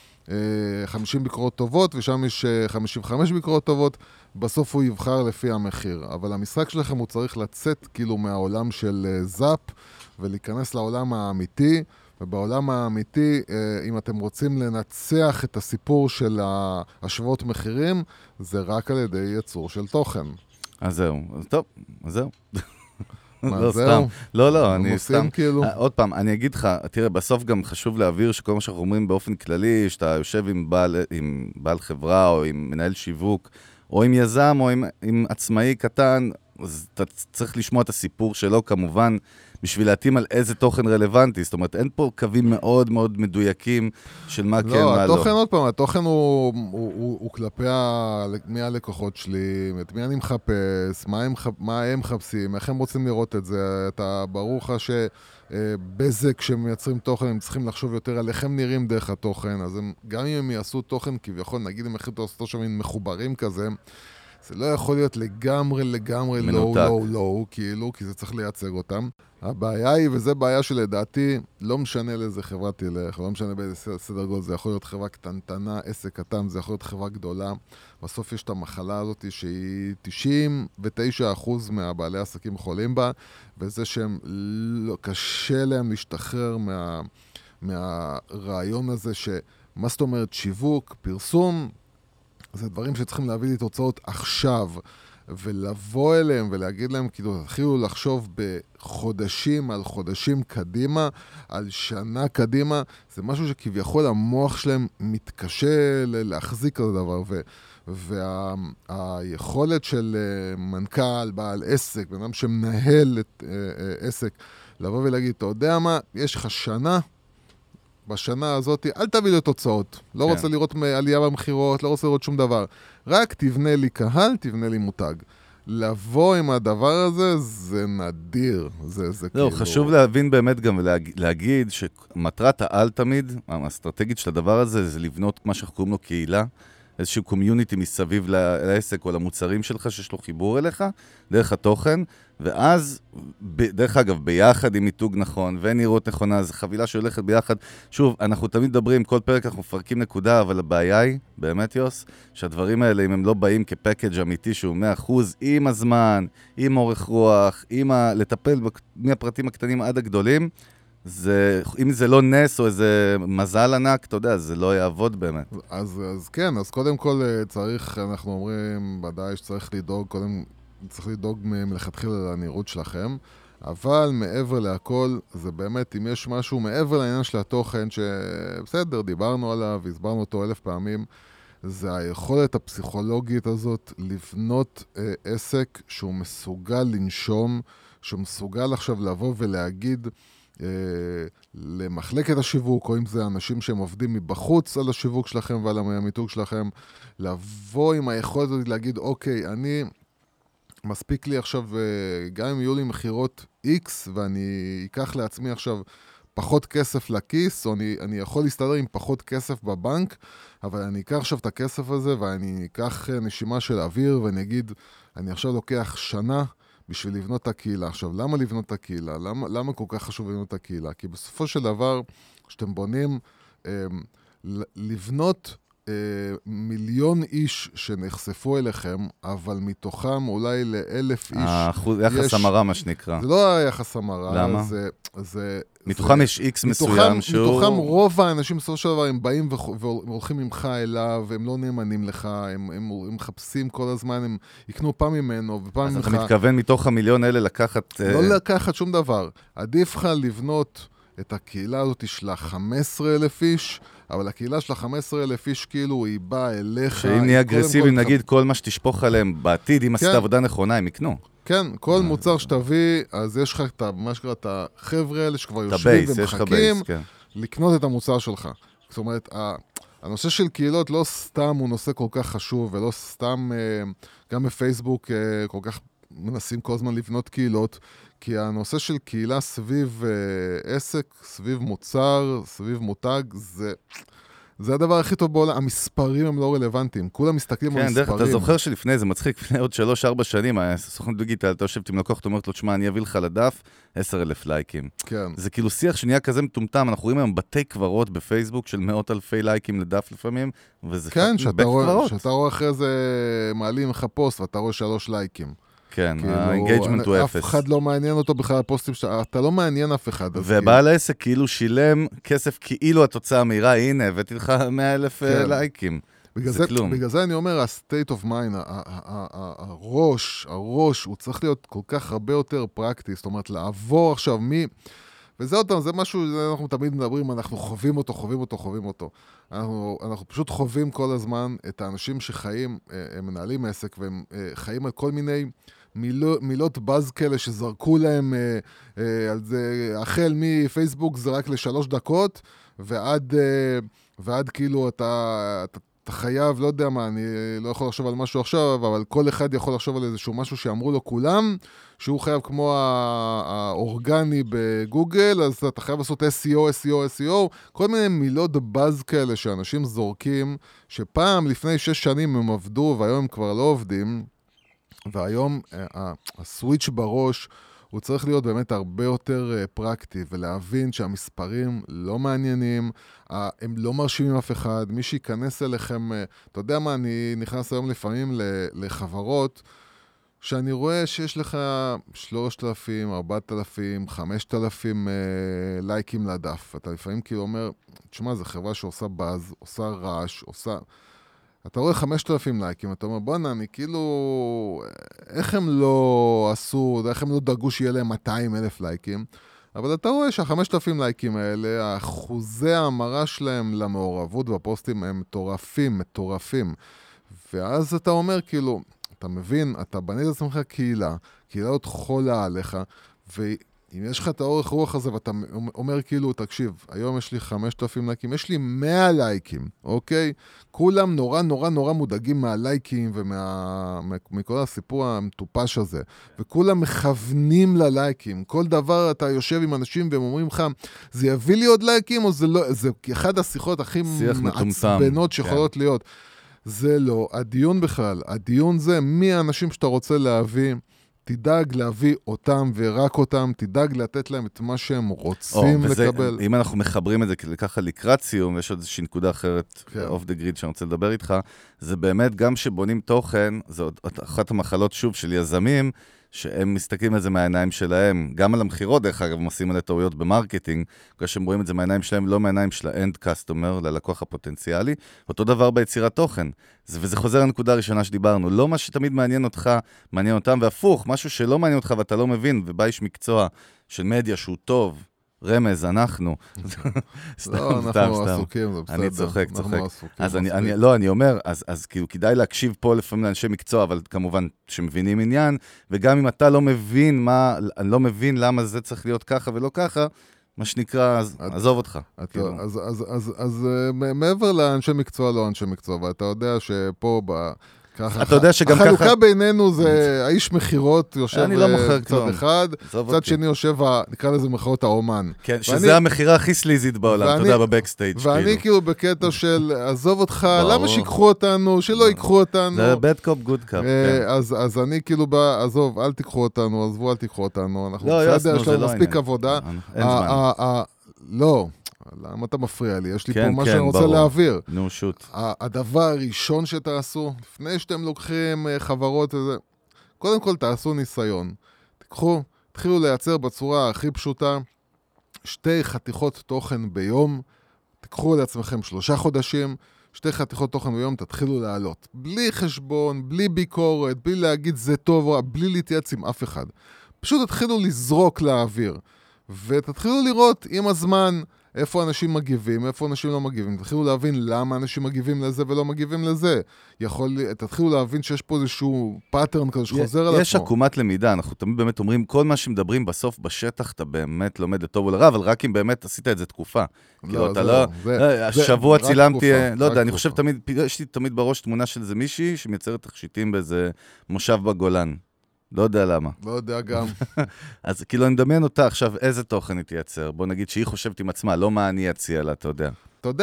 50 ביקורות טובות, ושם יש 55 ביקורות טובות, בסוף הוא יבחר לפי המחיר. אבל המשחק שלכם הוא צריך לצאת כאילו מהעולם של זאפ, ולהיכנס לעולם האמיתי, ובעולם האמיתי, אם אתם רוצים לנצח את הסיפור של השוואות מחירים, זה רק על ידי יצור של תוכן. אז זהו. טוב, אז זהו. מה זהו? לא, אני סתם. כאילו... עוד פעם, אני אגיד לך, תראה, בסוף גם חשוב להעביר שכל מה שאנחנו אומרים באופן כללי, שאתה יושב עם בעל חברה, או עם מנהל שיווק, או עם יזם, או עם עצמאי קטן, אז אתה צריך לשמוע את הסיפור שלו, כמובן, בשביל להתאים על איזה תוכן רלוונטי. זאת אומרת, אין פה קווים מאוד מאוד מדויקים של מה כן, מה לא. התוכן, עוד פעם, התוכן הוא כלפי מי הלקוחות שלי, את מי אני מחפש, מה הם מחפשים, איך הם רוצים לראות את זה. אתה ברור לך שבזק שמייצרים תוכן, הם צריכים לחשוב יותר על איך הם נראים דרך התוכן, אז גם אם הם יעשו תוכן, כביכול, נגיד הם החליטו לעשות שם מחוברים כזה, זה לא יכול להיות לגמרי לא, כאילו, כי זה צריך לייצג אותם. הבעיה היא, וזו בעיה שלדעתי, לא משנה לאיזה חברה תלך, לא משנה באיזה סדר גודל, זה יכול להיות חברה קטנטנה, עסק קטן, זה יכול להיות חברה גדולה. בסוף יש את המחלה הזאת שהיא 99% מהבעלי העסקים חולים בה, וזה שהם קשה להם להשתחרר מהרעיון הזה שמה זאת אומרת שיווק, פרסום, זה דברים שצריכים להביא לי תוצאות עכשיו, ולבוא אליהם ולהגיד להם, כאילו, תתחילו לחשוב בחודשים על חודשים קדימה, על שנה קדימה, זה משהו שכביכול המוח שלהם מתקשה להחזיק על הדבר, והיכולת של מנכ"ל, בעל עסק, בן אדם שמנהל את עסק, לבוא ולהגיד, אתה יודע מה, יש לך שנה, בשנה הזאת, אל תביא לי תוצאות. לא רוצה לראות עלייה במחירות, לא רוצה לראות שום דבר. רק תבנה לי קהל, תבנה לי מותג. לבוא עם הדבר הזה, זה נדיר. זה לא, כאילו... חשוב להבין באמת גם ולהגיד שמטרת העל תמיד, האסטרטגית של הדבר הזה, זה לבנות מה שאנחנו קוראים לו קהילה. איזשהו קומיוניטי מסביב לעסק או למוצרים שלך שיש לו חיבור אליך, דרך התוכן, ואז, דרך אגב, ביחד עם מיתוג נכון ונראות נכונה, זו חבילה שהולכת ביחד. שוב, אנחנו תמיד מדברים, כל פרק אנחנו מפרקים נקודה, אבל הבעיה היא, באמת יוס, שהדברים האלה, אם הם לא באים כפקאג' אמיתי שהוא 100%, עם הזמן, עם אורך רוח, לטפל מהפרטים הקטנים עד הגדולים, אם זה לא נס או איזה מזל ענק, אתה יודע, זה לא יעבוד באמת. אז כן, אז קודם כל צריך, אנחנו אומרים, ודאי שצריך לדאוג, צריך לדאוג מלכתחילה לנראות שלכם, אבל מעבר להכל, זה באמת, אם יש משהו מעבר לעניין של התוכן, שבסדר, דיברנו עליו, הסברנו אותו 1000 פעמים, זה היכולת הפסיכולוגית הזאת לבנות עסק שהוא מסוגל לנשום, שהוא מסוגל עכשיו לבוא ולהגיד למחלקת השיווק, או אם זה אנשים שהם עובדים מבחוץ על השיווק שלכם ועל המיתוג שלכם, לבוא עם היכולת הזאת להגיד, אוקיי, אני מספיק לי עכשיו, גם אם יהיו לי מחירות X, ואני אקח לעצמי עכשיו פחות כסף לכיס, או אני יכול להסתדר עם פחות כסף בבנק, אבל אני אקח עכשיו את הכסף הזה, ואני אקח נשימה של אוויר, ואני אגיד, אני עכשיו לוקח שנה בשביל לבנות את הקהילה. עכשיו, למה לבנות את הקהילה? למה כל כך חשוב לבנות את הקהילה? כי בסופו של דבר, שאתם בונים, לבנות מיליון איש שנחשפו אליכם, אבל מתוכם אולי ל1,000 איש. יחס המרה, מה שנקרא. זה לא היחס המרה. למה? זה מתוכם יש איקס מסוים שהוא... מתוכם רוב האנשים בסופו של דבר הם באים והולכים ממך אליו, הם לא נאמנים לך, הם מחפשים כל הזמן, הם יקנו פעם ממנו ופעם ממך. אז אתה מתכוון מתוך המיליון האלה לקחת... לא לקחת שום דבר. עדיף לך לבנות את הקהילה הזאת של 15,000 איש, אבל הקהילה של 15,000 איש כאילו היא באה אליך... שאם נהיה אגרסיביים, נגיד כל מה שתשפוך עליהם בעתיד, אם עשית עבודה נכונה, הם יקנו. כן, כל מוצר שתביא, אז יש לך מה שקרא את החבר'ה האלה שכבר יושבים ומחכים לקנות את המוצר שלך. זאת אומרת, הנושא של קהילות לא סתם הוא נושא כל כך חשוב, ולא סתם גם בפייסבוק כל כך מנסים כל הזמן לבנות קהילות, כי הנושא של קהילה סביב עסק, סביב מוצר, סביב מותג, זה הדבר הכי טוב בעולם. המספרים הם לא רלוונטיים. כולם מסתכלים על מספרים. כן, אתה זוכר שלפני, זה מצחיק, לפני עוד 3-4 שנים, סוכנות דיגיטל, אתה יושבת עם לקוח, אתה אומרת לו, תשמע, אני אביא לך לדף 10,000 לייקים. כן. זה כאילו שיח שנהיה כזה מטומטם, אנחנו רואים היום בתי קברות בפייסבוק של 100,000 לייקים לדף לפעמים, וזה כן, שאתה רואה אחרי זה מעלים לך פוסט, ואתה רואה 3 לייקים. כן, האנגייג'מנט הוא 0. אף אחד לא מעניין אותו בכלל הפוסטים שאתה, אתה לא מעניין אף אחד. ובעל העסק כאילו שילם כסף כאילו התוצאה מהירה, הנה, הבאתי לך 100,000 לייקים. זה כלום. בגלל זה אני אומר, ה-state of mind, הראש, הוא צריך להיות כל כך הרבה יותר פרקטי, זאת אומרת, לעבור עכשיו וזה אותם, זה משהו, אנחנו תמיד מדברים, אנחנו חווים אותו. אנחנו פשוט חווים כל הזמן את האנשים שחיים, הם מנהלים עסק, והם חיים על כל מיני מילות בז כאלה שזרקו להם על זה, החל מפייסבוק זה רק ל3 דקות, ועד כאילו אתה חייב, לא יודע מה, אני לא יכול לחשוב על משהו עכשיו, אבל כל אחד יכול לחשוב על איזשהו משהו שאמרו לו כולם, שהוא חייב כמו האורגני בגוגל, אז אתה חייב לעשות SEO, כל מיני מילות בז כאלה שאנשים זורקים, שפעם לפני 6 שנים הם עבדו, והיום הם כבר לא עובדים, והיום הסוויץ' בראש, הוא צריך להיות באמת הרבה יותר פרקטי, ולהבין שהמספרים לא מעניינים, הם לא מרשימים אף אחד, מי שיכנס אליכם, אתה יודע מה, אני נכנס היום לפעמים לחברות, שאני רואה שיש לך 3,000, 4,000, 5,000 לייקים לדף. אתה לפעמים כאילו אומר, תשמע, זו חברה שעושה באז, עושה רעש, אתה רואה 5,000 לייקים, אתה אומר, בוא'נה, אני כאילו... איך הם לא עשו, איך הם לא דאגו שיהיה להם 200,000 לייקים? אבל אתה רואה שה5,000 לייקים האלה, האחוזי ההמרה שלהם למעורבות בפוסטים הם מטורפים. ואז אתה אומר, כאילו, אתה מבין, אתה בנית את עצמך קהילה עוד חולה עליך, אם יש לך את האורך רוח הזה, ואתה אומר כאילו, תקשיב, היום יש לי 5,000 לייקים, יש לי 100 לייקים, אוקיי? כולם נורא מודאגים מהלייקים ומכל הסיפור המטופש הזה, וכולם מכוונים ללייקים. כל דבר אתה יושב עם אנשים והם אומרים לך, זה יביא לי עוד לייקים או זה לא? זה אחד השיחות הכי מעצבנות שיכולות להיות. זה לא הדיון בכלל. הדיון זה מי האנשים שאתה רוצה להביא, תדאג להביא אותם ורק אותם, תדאג לתת להם את מה שהם רוצים לקבל. אם אנחנו מחברים את זה ככה לקראת סיום, יש עוד איזושהי נקודה אחרת, אוף דה גריד שאני רוצה לדבר איתך, זה באמת גם שבונים תוכן, זו אחת המחלות שוב של יזמים, שהם מסתכלים על זה מהעיניים שלהם, גם על המחירות, דרך אגב, הם עושים על הטעויות במרקטינג, כשהם רואים את זה מהעיניים שלהם, לא מהעיניים של האנד קסטומר, ללקוח הפוטנציאלי, אותו דבר ביצירת תוכן. וזה חוזר לנקודה הראשונה שדיברנו, לא מה שתמיד מעניין אותך, מעניין אותם, והפוך, משהו שלא מעניין אותך ואתה לא מבין, ובא איש מקצוע של מדיה שהוא טוב, רמז, אנחנו. לא, אנחנו עסוקים, זה בסדר. אני צוחק. אז אני אומר, אז כאילו כדאי להקשיב פה לפעמים לאנשי מקצוע, אבל כמובן שמבינים עניין, וגם אם אתה לא מבין למה זה צריך להיות ככה ולא ככה, מה שנקרא, עזוב אותך. אז מעבר לאנשי מקצוע, לא אנשי מקצוע, ואתה יודע שפה אתה יודע שגם ככה... החלוקה בינינו זה האיש מחירות יושב צד אחד, צד שני יושב, נקרא לזה מחירות האומן. כן, שזה המחירה הכי סליזית בעולם, אתה יודע, בבקסטייג'. ואני כאילו בקטע של, עזוב אותך, למה שיקחו אותנו, שלא ייקחו אותנו. זה bad cop, good cop. אז אני כאילו בא, עזוב, אל תיקחו אותנו, עזבו, אל תיקחו אותנו. אנחנו בסדר, יש לנו מספיק עבודה. אין זמן. לא. למה אתה מפריע לי? יש לי פה מה שאני רוצה להעביר. נו, שוט. הדבר הראשון שתעשו, לפני שאתם לוקחים חברות, קודם כל תעשו ניסיון. תתחילו לייצר בצורה הכי פשוטה, 2 חתיכות תוכן ביום, תיקחו לעצמכם 3 חודשים, 2 חתיכות תוכן ביום, תתחילו לעלות. בלי חשבון, בלי ביקורת, בלי להגיד זה טוב, בלי להתייעץ עם אף אחד. פשוט תתחילו לזרוק לאוויר. ותתחילו לראות עם הזמן איפה אנשים מגיבים, איפה אנשים לא מגיבים. תתחילו להבין למה אנשים מגיבים לזה ולא מגיבים לזה. תתחילו להבין שיש פה איזשהו פאטרן כזה שחוזר על עצמו. יש עקומת למידה, אנחנו תמיד באמת אומרים, כל מה שמדברים בסוף בשטח, אתה באמת לומד לטוב ולרע, אבל רק אם באמת עשית את זה תקופה. כאילו, אתה לא... השבוע צילמתי, לא יודע, אני חושב תמיד, יש לי תמיד בראש תמונה של איזה מישהי שמייצרת תכשיטים באיזה מושב בגולן. לא יודע למה. לא יודע גם. אז כאילו אני מדמיין אותה עכשיו, איזה תוכן היא תייצר? בוא נגיד שהיא חושבת עם עצמה, לא מה אני אציע לה, אתה יודע.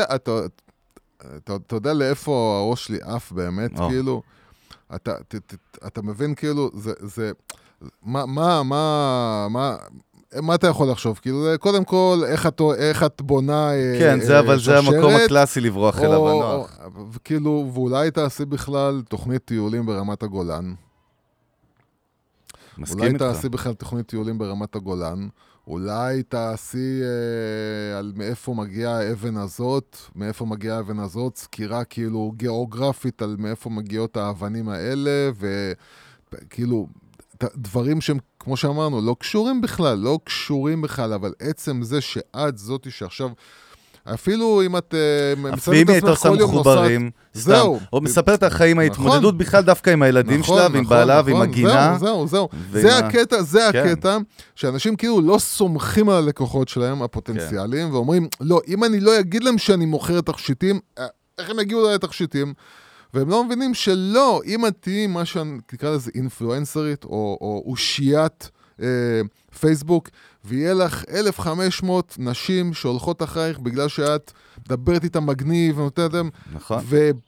אתה יודע לאיפה הראש שלי אף באמת, כאילו, אתה מבין כאילו, מה אתה יכול לחשוב? כאילו, קודם כל, איך את בונה כן, אבל זה המקום הקלאסי לברוח אליו הנוח. כאילו, ואולי תעשי בכלל תוכנית טיולים ברמת הגולן. אולי תעשי בכלל תוכנית טיולים ברמת הגולן, אולי תעשי על מאיפה מגיעה האבן הזאת, סקירה כאילו גיאוגרפית על מאיפה מגיעות האבנים האלה, וכאילו דברים שהם, כמו שאמרנו, לא קשורים בכלל, אבל עצם זה שאת זאתי שעכשיו... אפילו אם את מצאת את עצמך כל יום נוסעת, זהו. או מספר את החיים, ההתמודדות בכלל דווקא עם הילדים שלה, ועם בעלה, ועם הגינה. זהו. זה הקטע, שאנשים כאילו לא סומכים על הלקוחות שלהם, הפוטנציאליים, ואומרים, לא, אם אני לא אגיד להם שאני מוכר תכשיטים, איך הם יגיעו לתכשיטים? והם לא מבינים שלא, אם את תהיי מה שאני תקרא לזה אינפלואנסרית, או אושיית פייסבוק, ויהיה לך 1,500 נשים שהולכות אחריך בגלל שאת מדברת איתם מגניב ונותנת להם, נכון.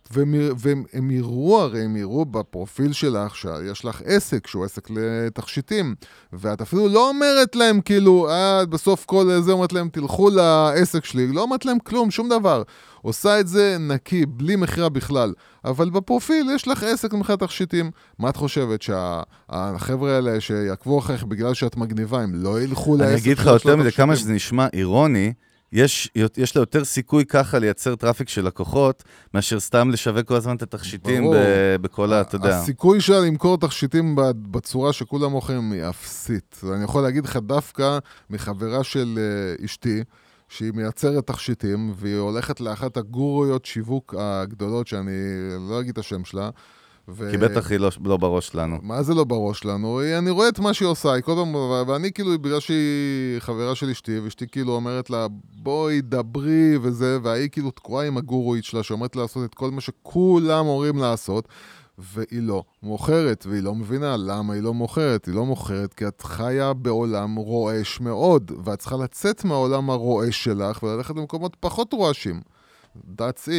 והם יראו בפרופיל שלך שיש לך עסק, שהוא עסק לתכשיטים, ואת אפילו לא אומרת להם כאילו, בסוף כל זה אומרת להם, תלכו לעסק שלי, לא אומרת להם כלום, שום דבר. עושה את זה נקי, בלי מחירה בכלל. אבל בפרופיל יש לך עסק למחירת תכשיטים. מה את חושבת? שהחבר'ה האלה שיעקבו אחריך בגלל שאת מגניבה, הם לא ילכו לעסק? אני אגיד לך יותר מזה, כמה שזה נשמע אירוני, יש לה יותר סיכוי ככה לייצר טראפיק של לקוחות, מאשר סתם לשווק כל הזמן את התכשיטים בכל אתה יודע. הסיכוי שלה למכור תכשיטים בצורה שכולם מוכרים היא אפסית. אני יכול להגיד לך דווקא מחברה של אשתי, שהיא מייצרת תכשיטים, והיא הולכת לאחת הגורויות שיווק הגדולות, שאני לא אגיד את השם שלה. כי בטח היא לא בראש שלנו. מה זה לא בראש שלנו? אני רואה את מה שהיא עושה, ואני כאילו, בגלל שהיא חברה של אשתי, ואשתי כאילו אומרת לה, בואי דברי וזה, והיא כאילו תקועה עם הגורוית שלה, שאומרת לעשות את כל מה שכולם אומרים לעשות, והיא לא מוכרת, והיא לא מבינה למה היא לא מוכרת. היא לא מוכרת כי את חיה בעולם רועש מאוד, ואת צריכה לצאת מהעולם הרועש שלך, וללכת במקומות פחות רועשים. That's it.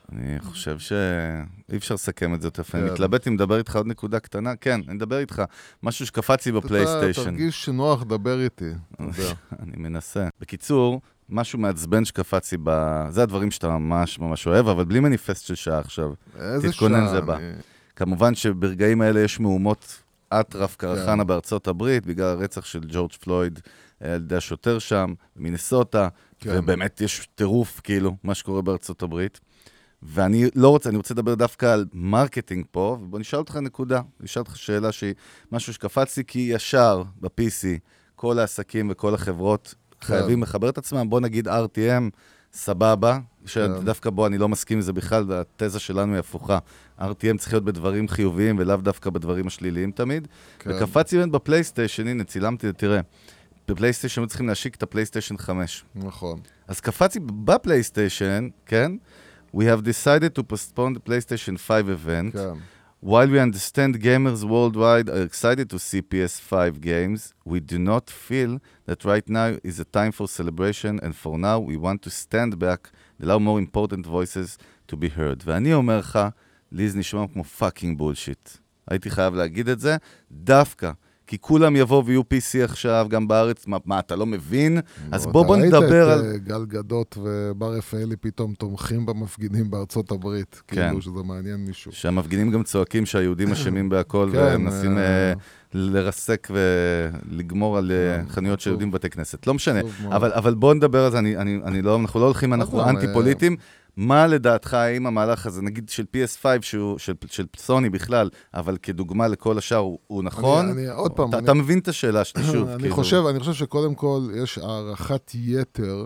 אני חושב שאי אפשר לסקם את זה יותר. אני מתלבט אם מדבר איתך עוד נקודה קטנה. כן, אני מדבר איתך. משהו שקפץ לי בפלייסטיישן. אתה תרגיש שנוח לדבר איתי. אני מנסה. בקיצור, משהו מעצבן שקפץ לי זה הדברים שאתה ממש ממש אוהב, אבל בלי מניפסט של שעה עכשיו. איזה תתכונן שעה? זה בא. כמובן שברגעים האלה יש מהומות אטרף קרחנה בארצות הברית, בגלל הרצח של ג'ורג' פלויד, על ידי השוטר שם, מינסוטה, ובאמת יש טירוף, כאילו, מה שקורה בארצות הברית. ואני לא רוצה, אני רוצה לדבר דווקא על מרקטינג פה, ובוא נשאל אותך נקודה, נשאל אותך שאלה שהיא משהו שקפצתי, כי ישר ב-PC, כל העסקים וכל החברות חייבים לחבר את עצמם, בוא נגיד RTM, סבבה, שדווקא בו אני לא מסכים עם זה בכלל, והתזה שלנו היא הפוכה. RTM צריך להיות בדברים חיוביים, ולאו דווקא בדברים השליליים תמיד. וקפצתי באמת בפלייסטיישן, הנה, צילמתי, תראה, בפלייסטיישן צריכים להשיק את הפלייסטיישן 5. נכון. אז קפצתי בפלייסטיישן, כן? We have decided to postpone the PlayStation 5 event. כן. While we understand gamers worldwide are excited to see PS5 games, we do not feel that right now is a time for celebration, and for now we want to stand back and allow more important voices to be heard. ואני אומר לך, לי זה נשמע כמו fucking bullshit. הייתי חייב להגיד את זה, דווקא. כי כולם יבואו ויהיו PC עכשיו, גם בארץ, מה, אתה לא מבין? אז בוא נדבר על... אתה ראית את גל גדות ובר רפאלי פתאום תומכים במפגינים בארצות הברית, כאילו שזה מעניין מישהו. שהמפגינים גם צועקים שהיהודים אשמים בהכל, ומנסים לרסק ולגמור על חנויות של יהודים בבתי כנסת. לא משנה, אבל בוא נדבר על זה, אנחנו לא הולכים, אנחנו אנטי-פוליטיים. מה לדעתך, האם המהלך הזה, נגיד של PS5, של סוני בכלל, אבל כדוגמה לכל השאר, הוא נכון? עוד פעם. אתה מבין את השאלה שלי שוב. אני חושב שקודם כל יש הערכת יתר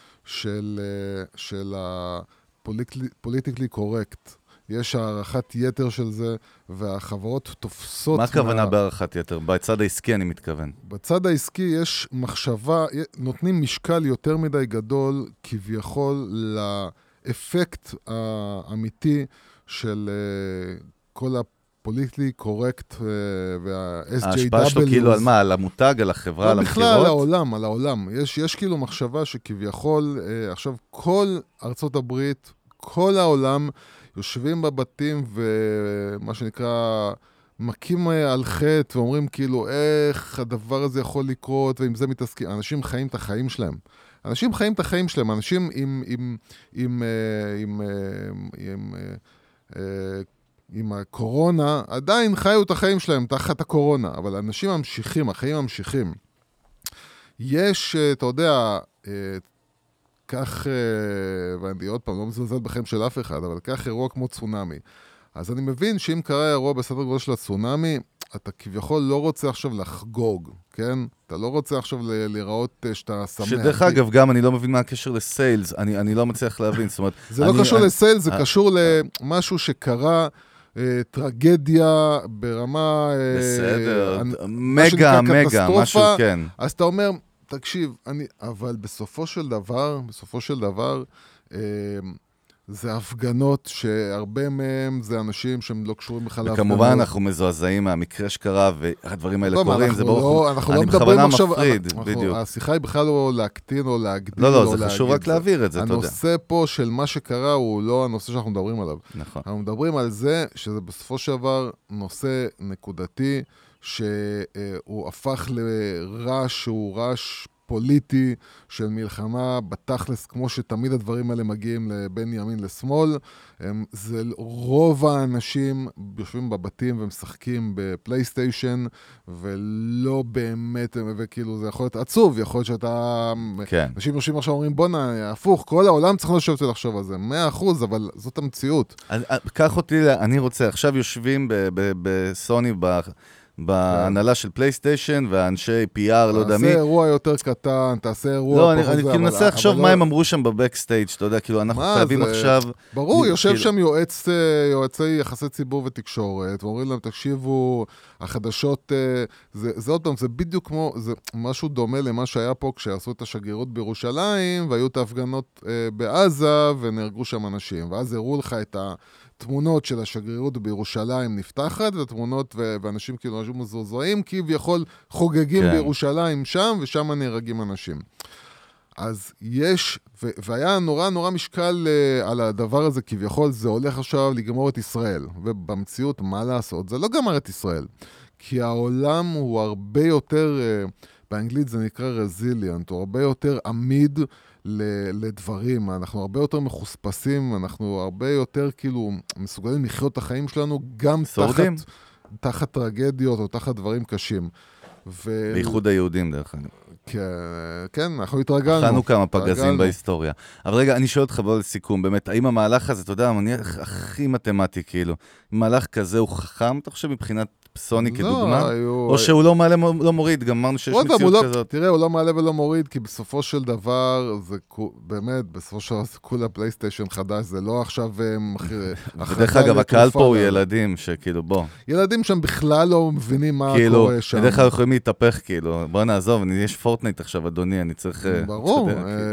של הפוליטיקלי קורקט. יש הערכת יתר של זה, והחברות תופסות... מה הכוונה בהערכת יתר? בצד העסקי אני מתכוון. בצד העסקי יש מחשבה, נותנים משקל יותר מדי גדול, כביכול לאפקט האמיתי של כל הפוליטיקלי קורקט וה-SJW. ההשפעה שלו כאילו על מה? על המותג, על החברה, על המחירות? בכלל, על העולם. יש כאילו מחשבה שכביכול, עכשיו כל ארצות הברית, כל העולם, יושבים בבתים ומה שנקרא מכים על חטא ואומרים כאילו איך הדבר הזה יכול לקרות ועם זה מתעסקים. אנשים חיים את החיים שלהם. אנשים עם הקורונה עדיין חיו את החיים שלהם תחת הקורונה, אבל אנשים ממשיכים, החיים ממשיכים. יש, אתה יודע, כך, ואני עוד פעם לא מזלזל בחיים של אף אחד, אבל כך אירוע כמו צונאמי. אז אני מבין שאם קרה אירוע בסדר גודל של הצונאמי, אתה כביכול לא רוצה עכשיו לחגוג, כן? אתה לא רוצה עכשיו לראות שאתה שמח. שדרך אגב, גם אני לא מבין מה הקשר לסיילס, אני לא מצליח להבין, זאת אומרת... זה לא קשור לסיילס, זה קשור למשהו שקרה... טרגדיה ברמה... בסדר, מגה, משהו, כן. אז אתה אומר... תקשיב, אבל בסופו של דבר, זה הפגנות שהרבה מהם זה אנשים שהם לא קשורים בכלל להפגנות. וכמובן אנחנו מזועזעים מהמקרה שקרה, והדברים האלה קורים, זה ברור. אני בכוונה מפריד, בדיוק. השיחה היא בכלל לא להקטין או להגדיל. לא, זה חשוב רק להעביר את זה, אתה יודע. הנושא פה של מה שקרה הוא לא הנושא שאנחנו מדברים עליו. נכון. אנחנו מדברים על זה שזה בסופו של דבר נושא נקודתי, שהוא הפך לרעש, שהוא רעש פוליטי של מלחמה בתכלס, כמו שתמיד הדברים האלה מגיעים בין ימין לשמאל. זה רוב האנשים יושבים בבתים ומשחקים בפלייסטיישן, ולא באמת, וכאילו זה יכול להיות עצוב, יכול להיות שאתה... כן. אנשים יושבים עכשיו אומרים, בונה, הפוך, כל העולם צריך לשבת ולחשוב על זה, 100%, אבל זאת המציאות. קח אותי, אני רוצה, עכשיו יושבים בסוני, בהנהלה של פלייסטיישן, ואנשי PR, לא יודע מי. תעשה אירוע יותר קטן, תעשה אירוע... לא, אני כאילו מנסה לחשוב מה הם אמרו שם בבקסטייג', אתה יודע, כאילו, אנחנו חייבים עכשיו... ברור, יושב שם יועצי יחסי ציבור ותקשורת, ואומרים להם, תקשיבו, החדשות, זה עוד פעם, זה בדיוק כמו, זה משהו דומה למה שהיה פה כשעשו את השגרירות בירושלים, והיו את ההפגנות בעזה, ונהרגו שם אנשים, ואז הראו לך את תמונות של השגרירות בירושלים נפתחת, ותמונות ואנשים כאילו אנשים מזועזעים, כביכול חוגגים בירושלים שם, ושם נהרגים אנשים. אז יש, והיה נורא נורא משקל על הדבר הזה, כביכול זה הולך עכשיו לגמור את ישראל, ובמציאות מה לעשות? זה לא גמר את ישראל, כי העולם הוא הרבה יותר, באנגלית זה נקרא רזיליאנט, הוא הרבה יותר עמיד לדברים, אנחנו הרבה יותר מחוספסים, אנחנו הרבה יותר כאילו מסוגלים לחיות את החיים שלנו, גם תחת טרגדיות או תחת דברים קשים. בייחוד היהודים דרך אגב. כן, אנחנו התרגלנו. אכלנו כמה פגזים בהיסטוריה. אבל רגע, אני שואל אותך בוא לסיכום, באמת, האם המהלך הזה, אתה יודע, אני הכי מתמטי כאילו, מהלך כזה הוא חכם, אתה חושב מבחינת פסוני כדוגמה? או שהוא לא מעלה, לא מוריד, גם אמרנו שיש מציאות כזאת. תראה, הוא לא מעלה ולא מוריד, כי בסופו של דבר, זה באמת, בסופו של דבר זה כולה פלייסטיישן חדש, זה לא עכשיו... ודרך אגב, הקהל פה הוא ילדים, שכאילו בוא. ילדים שם בכלל לא מבינים מה קורה שם. בדרך כלל יכולים להתהפך, כאילו, בוא נעזוב, יש פורטנייט עכשיו, אדוני, אני צריך... ברור,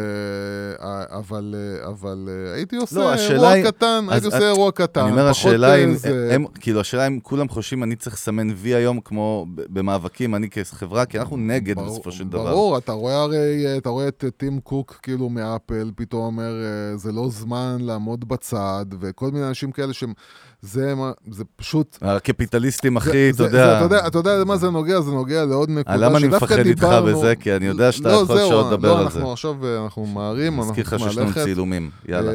אבל הייתי עושה אירוע קטן, אני אומר, השאלה אם כולם חושבים, אני צריך לסמן וי היום כמו במאבקים, אני כחברה, כי אנחנו נגד בסופו של דבר. ברור, אתה רואה את טים קוק כאילו מאפל, פתאום אומר, זה לא זמן לעמוד בצד, וכל מיני אנשים כאלה שהם, זה פשוט... הקפיטליסטים הכי, אתה יודע... אתה יודע למה זה נוגע? זה נוגע לעוד נקודה. למה אני מפחד איתך בזה? כי אני יודע שאתה יכול שעות לדבר על זה. אנחנו עכשיו, אנחנו מערים, אנחנו מזכיר לך שיש לנו צילומים, יאללה.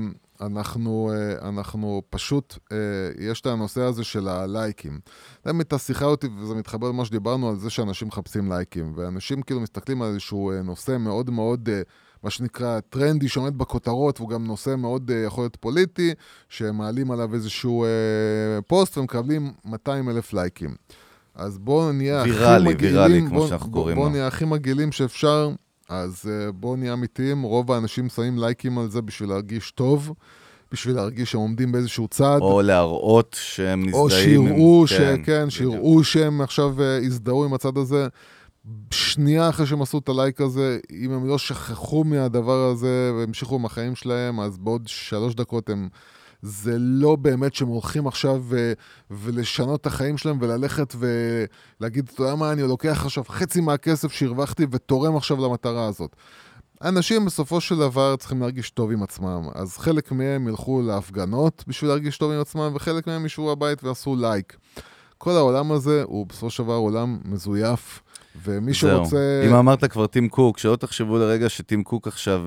אנחנו פשוט, יש את הנושא הזה של הלייקים. זה מתשיחה אותי, וזה מתחבר למה שדיברנו על זה שאנשים מחפשים לייקים, ואנשים כאילו מסתכלים על איזשהו נושא מאוד מאוד, מה שנקרא טרנדי שעומד בכותרות, והוא גם נושא מאוד יכול להיות פוליטי, שמעלים עליו איזשהו פוסט ומקבלים 200,000 לייקים. אז בואו נהיה ויראלי, כמו שאנחנו קוראים לו. בואו נהיה הכי מגעילים שאפשר, אז בואו נהיה אמיתיים, רוב האנשים שמים לייקים על זה בשביל להרגיש טוב, בשביל להרגיש שהם עומדים באיזשהו צד. או להראות שהם נזדהים. או שיראו, שיראו שהם עכשיו הזדהו עם הצד הזה. שנייה אחרי שהם עשו את הלייק הזה, אם הם לא שכחו מהדבר הזה והמשיכו עם החיים שלהם, אז בעוד 3 דקות הם... זה לא באמת שהם הולכים עכשיו ולשנות את החיים שלהם וללכת ולהגיד, אתה יודע מה, אני לוקח עכשיו חצי מהכסף שהרווחתי ותורם עכשיו למטרה הזאת. אנשים בסופו של דבר צריכים להרגיש טוב עם עצמם, אז חלק מהם ילכו להפגנות בשביל להרגיש טוב עם עצמם, וחלק מהם ישבו בבית ועשו לייק. כל העולם הזה הוא בסופו של דבר עולם מזויף, ומי שרוצה... אם אמרת כבר טים קוק, שלא תחשבו לרגע שטים קוק עכשיו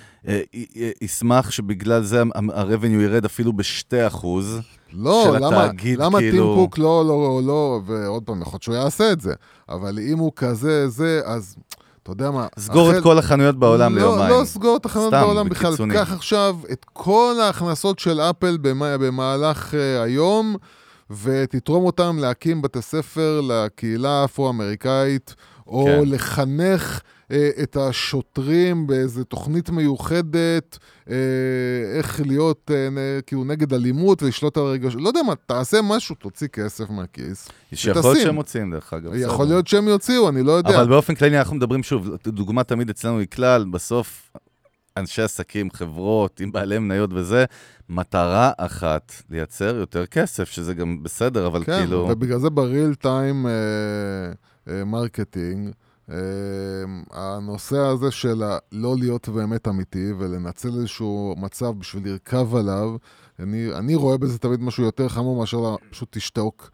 ישמח שבגלל זה הרבניו ירד אפילו ב2% לא, למה טים קוק לא, ועוד פעם, יכול להיות שהוא יעשה את זה, אבל אם הוא כזה, אז... אתה יודע מה... סגור את כל החנויות בעולם ליומיים. לא סגור את החנויות בעולם בכלל. קח עכשיו את כל ההכנסות של אפל במהלך היום, ותתרום אותם להקים בתי ספר לקהילה האפרו-אמריקאית, או לחנך את השוטרים באיזו תוכנית מיוחדת, איך להיות כאילו נגד אלימות ולשלוט על הרגש. לא יודע מה, תעשה משהו, תוציא כסף מהכיס. שיכול להיות שהם מוצאים דרך אגב. יכול להיות שהם יוציאו, אני לא יודע. אבל באופן כללי אנחנו מדברים שוב, דוגמה תמיד אצלנו היא כלל, בסוף אנשי עסקים, חברות, עם בעלי מניות וזה, מטרה אחת, לייצר יותר כסף, שזה גם בסדר, אבל כן, כאילו... ובגלל זה בריל טיים מרקטינג, הנושא הזה של לא להיות באמת אמיתי, ולנצל איזשהו מצב בשביל לרכב עליו, אני רואה בזה תמיד משהו יותר חמור מאשר פשוט תשתוק,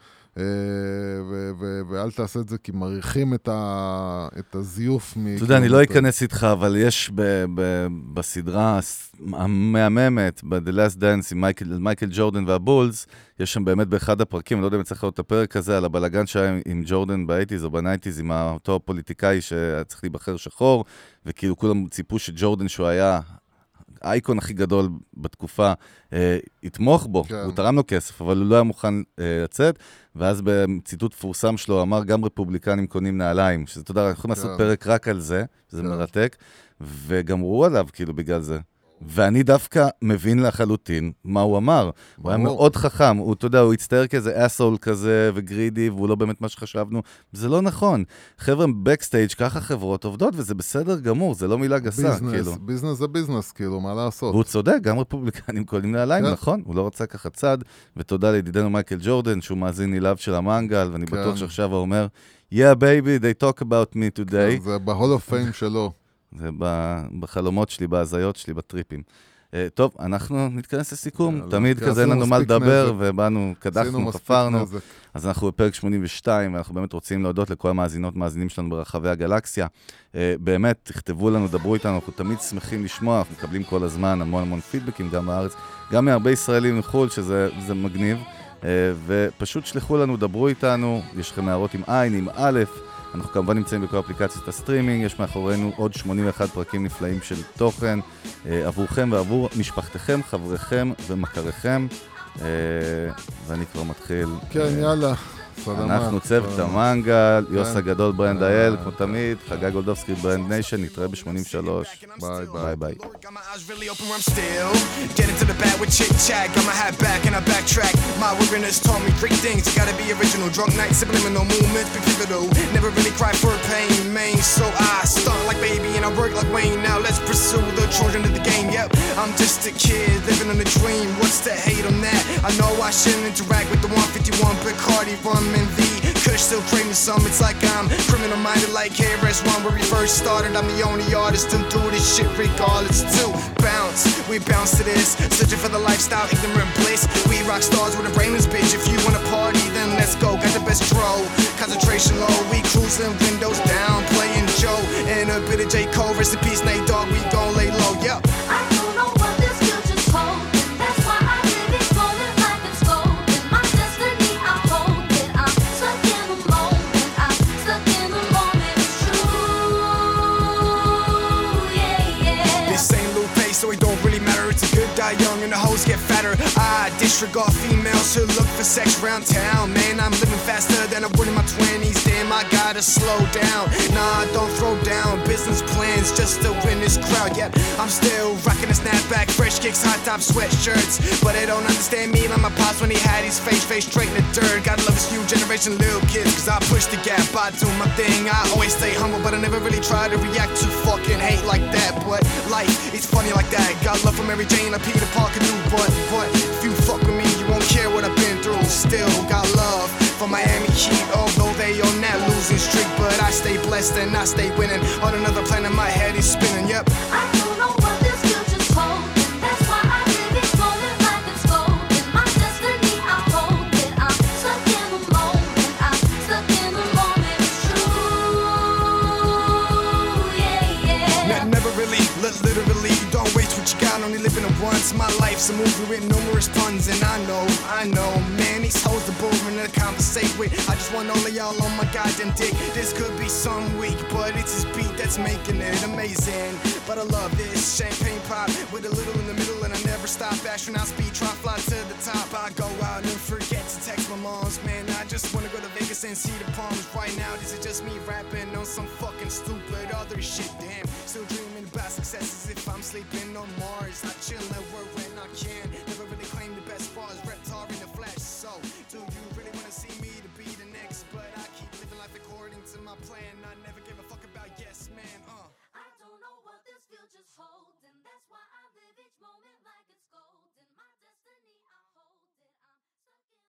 ואל תעשה את זה, כי מריחים את הזיוף. אתה יודע, אני לא אכנס איתך, אבל יש בסדרה המהממת, ב-The Last Dance עם מייקל ג'ורדן והבולס, יש שם באמת באחד הפרקים, אני לא יודע אם צריך להיות הפרק הזה, על הבלגן שהיה עם ג'ורדן ב-80s או ב-90s, עם אותו פוליטיקאי שצריך להיבחר שחור, וכאילו כולם ציפו שג'ורדן שהוא היה... האייקון הכי גדול בתקופה, יתמוך בו, הוא תרם לו כסף, אבל הוא לא היה מוכן לצאת, ואז בציטוט פורסם שלו, אמר גם רפובליקנים קונים נעליים, שזה תודה, אנחנו יכולים לעשות פרק רק על זה, שזה מרתק, וגמרו עליו כאילו בגלל זה. ואני דווקא מבין לחלוטין מה הוא אמר. הוא היה מאוד חכם, הוא, אתה יודע, הוא הצטער כאיזה אסול כזה וגרידי, והוא לא באמת מה שחשבנו. זה לא נכון. חבר'ה, בקסטייג' ככה חברות עובדות, וזה בסדר גמור, זה לא מילה גסה, כאילו. ביזנס זה ביזנס, כאילו, מה לעשות? והוא צודק, גם רפובליקנים קולים נעליים, נכון? הוא לא רצה ככה צד, ותודה לידידנו מייקל ג'ורדן, שהוא מאזין נלהב של המנגל, ואני בטוח שעכשיו הוא אומר, Yeah, baby, they talk about me today. זה בהול אוף פיים שלו. זה בחלומות שלי, בהזיות שלי, בטריפים. טוב, אנחנו נתכנס לסיכום, תמיד כזה אין לנו מה לדבר, ובאנו, קדחנו, חפרנו, אז אנחנו בפרק 82, ואנחנו באמת רוצים להודות לכל המאזינות, מאזינים שלנו ברחבי הגלקסיה. באמת, תכתבו לנו, דברו איתנו, אנחנו תמיד שמחים לשמוע, אנחנו מקבלים כל הזמן המון פידבקים, גם בארץ, גם מהרבה ישראלים מחול, שזה מגניב, ופשוט שלחו לנו, דברו איתנו, יש לכם הערות עם עין, עם א', אנחנו כמובן נמצאים בכל אפליקציות הסטרימינג, יש מאחורינו עוד 81 פרקים נפלאים של תוכן עבורכם ועבור משפחתכם, חבריכם ומכריכם, ואני כבר מתחיל. כן, יאללה. אנחנו צוות המנגל, יוס הגדול ברנד אייל, כמו תמיד, חגי גולדובסקי ברנד ניישן, נתראה ב-83. ביי ביי. ביי. Get into the bad with chit-chat, got my hat back and I backtrack. My wilderness taught me great things, you gotta be original. Drunk night, subliminal movements, be pivotal. Never really cry for pain, man. So I start like baby and I work like Wayne. Now let's pursue the children of the game. Yep, I'm just a kid living on a dream. What's the hate on that? I know I shouldn't interact with the 151 Bacardi rum and the Kush still craving some. It's like I'm criminal minded like KRS-One where we first started. I'm the only artist to do this shit regardless. To bounce, we bounce to this. Searching for the lifestyle, ignorant bliss. We rock stars with a brainless bitch. If you wanna party, then let's go. Got the best draw, concentration low. We cruising, windows down, playing Joe. And a bit of J. Cole, rest in peace, Nate Dogg. We gon' lay low, yeah. I don't know what this future's holding. That's why I live it, rolling like it's golden. My destiny, I hold it. I'm stuck in the moment. I'm stuck in the moment. It's true, yeah. This ain't Lupe, so it don't really matter. It's a good die young and the hoes get fatter. I disregard females who look for sex around town. Man, I'm living faster than I would in my 20s. Damn, I gotta slow down. Nah, don't throw down business plans just to win this crowd. Yep, I'm still rocking a snapback, fresh kicks, hot top sweatshirts. But they don't understand me like my pops when he had his face straight in the dirt. Gotta love this new generation little kids, cause I push the gap, I do my thing. I always stay humble, but I never really try to react to fucking hate like that. But life, it's funny like that. Got love from Mary Jane, like Peter Parker do. But if you fuck with me, you won't care what I've been through. Still got love for Miami Heat, although they on that losing streak. But I stay blessed and I stay winning. On another planet, my head is spinning, yep. I don't know what this future's holding. That's why I live it, rolling like it's golden. My destiny, I hold it. I'm stuck in the moment. I'm stuck in the moment. It's true, yeah. Never really, literally, don't waste what you got, only living it once. My life's a movie with numerous puns, and I know, man, these hoes are boring to conversate with. I just want all of y'all on my goddamn dick. This could be some weak, but it's this beat that's making it amazing. But I love this champagne pop with a little in the middle, and I never stop. Astronaut speed, try fly to the top. I go out and forget to text my moms, man. I just wanna go to Vegas and see the palms. Right now, this is just me rapping on some fucking stupid other shit. Damn, still dreaming about success as if I'm sleeping on Mars. I chill at work.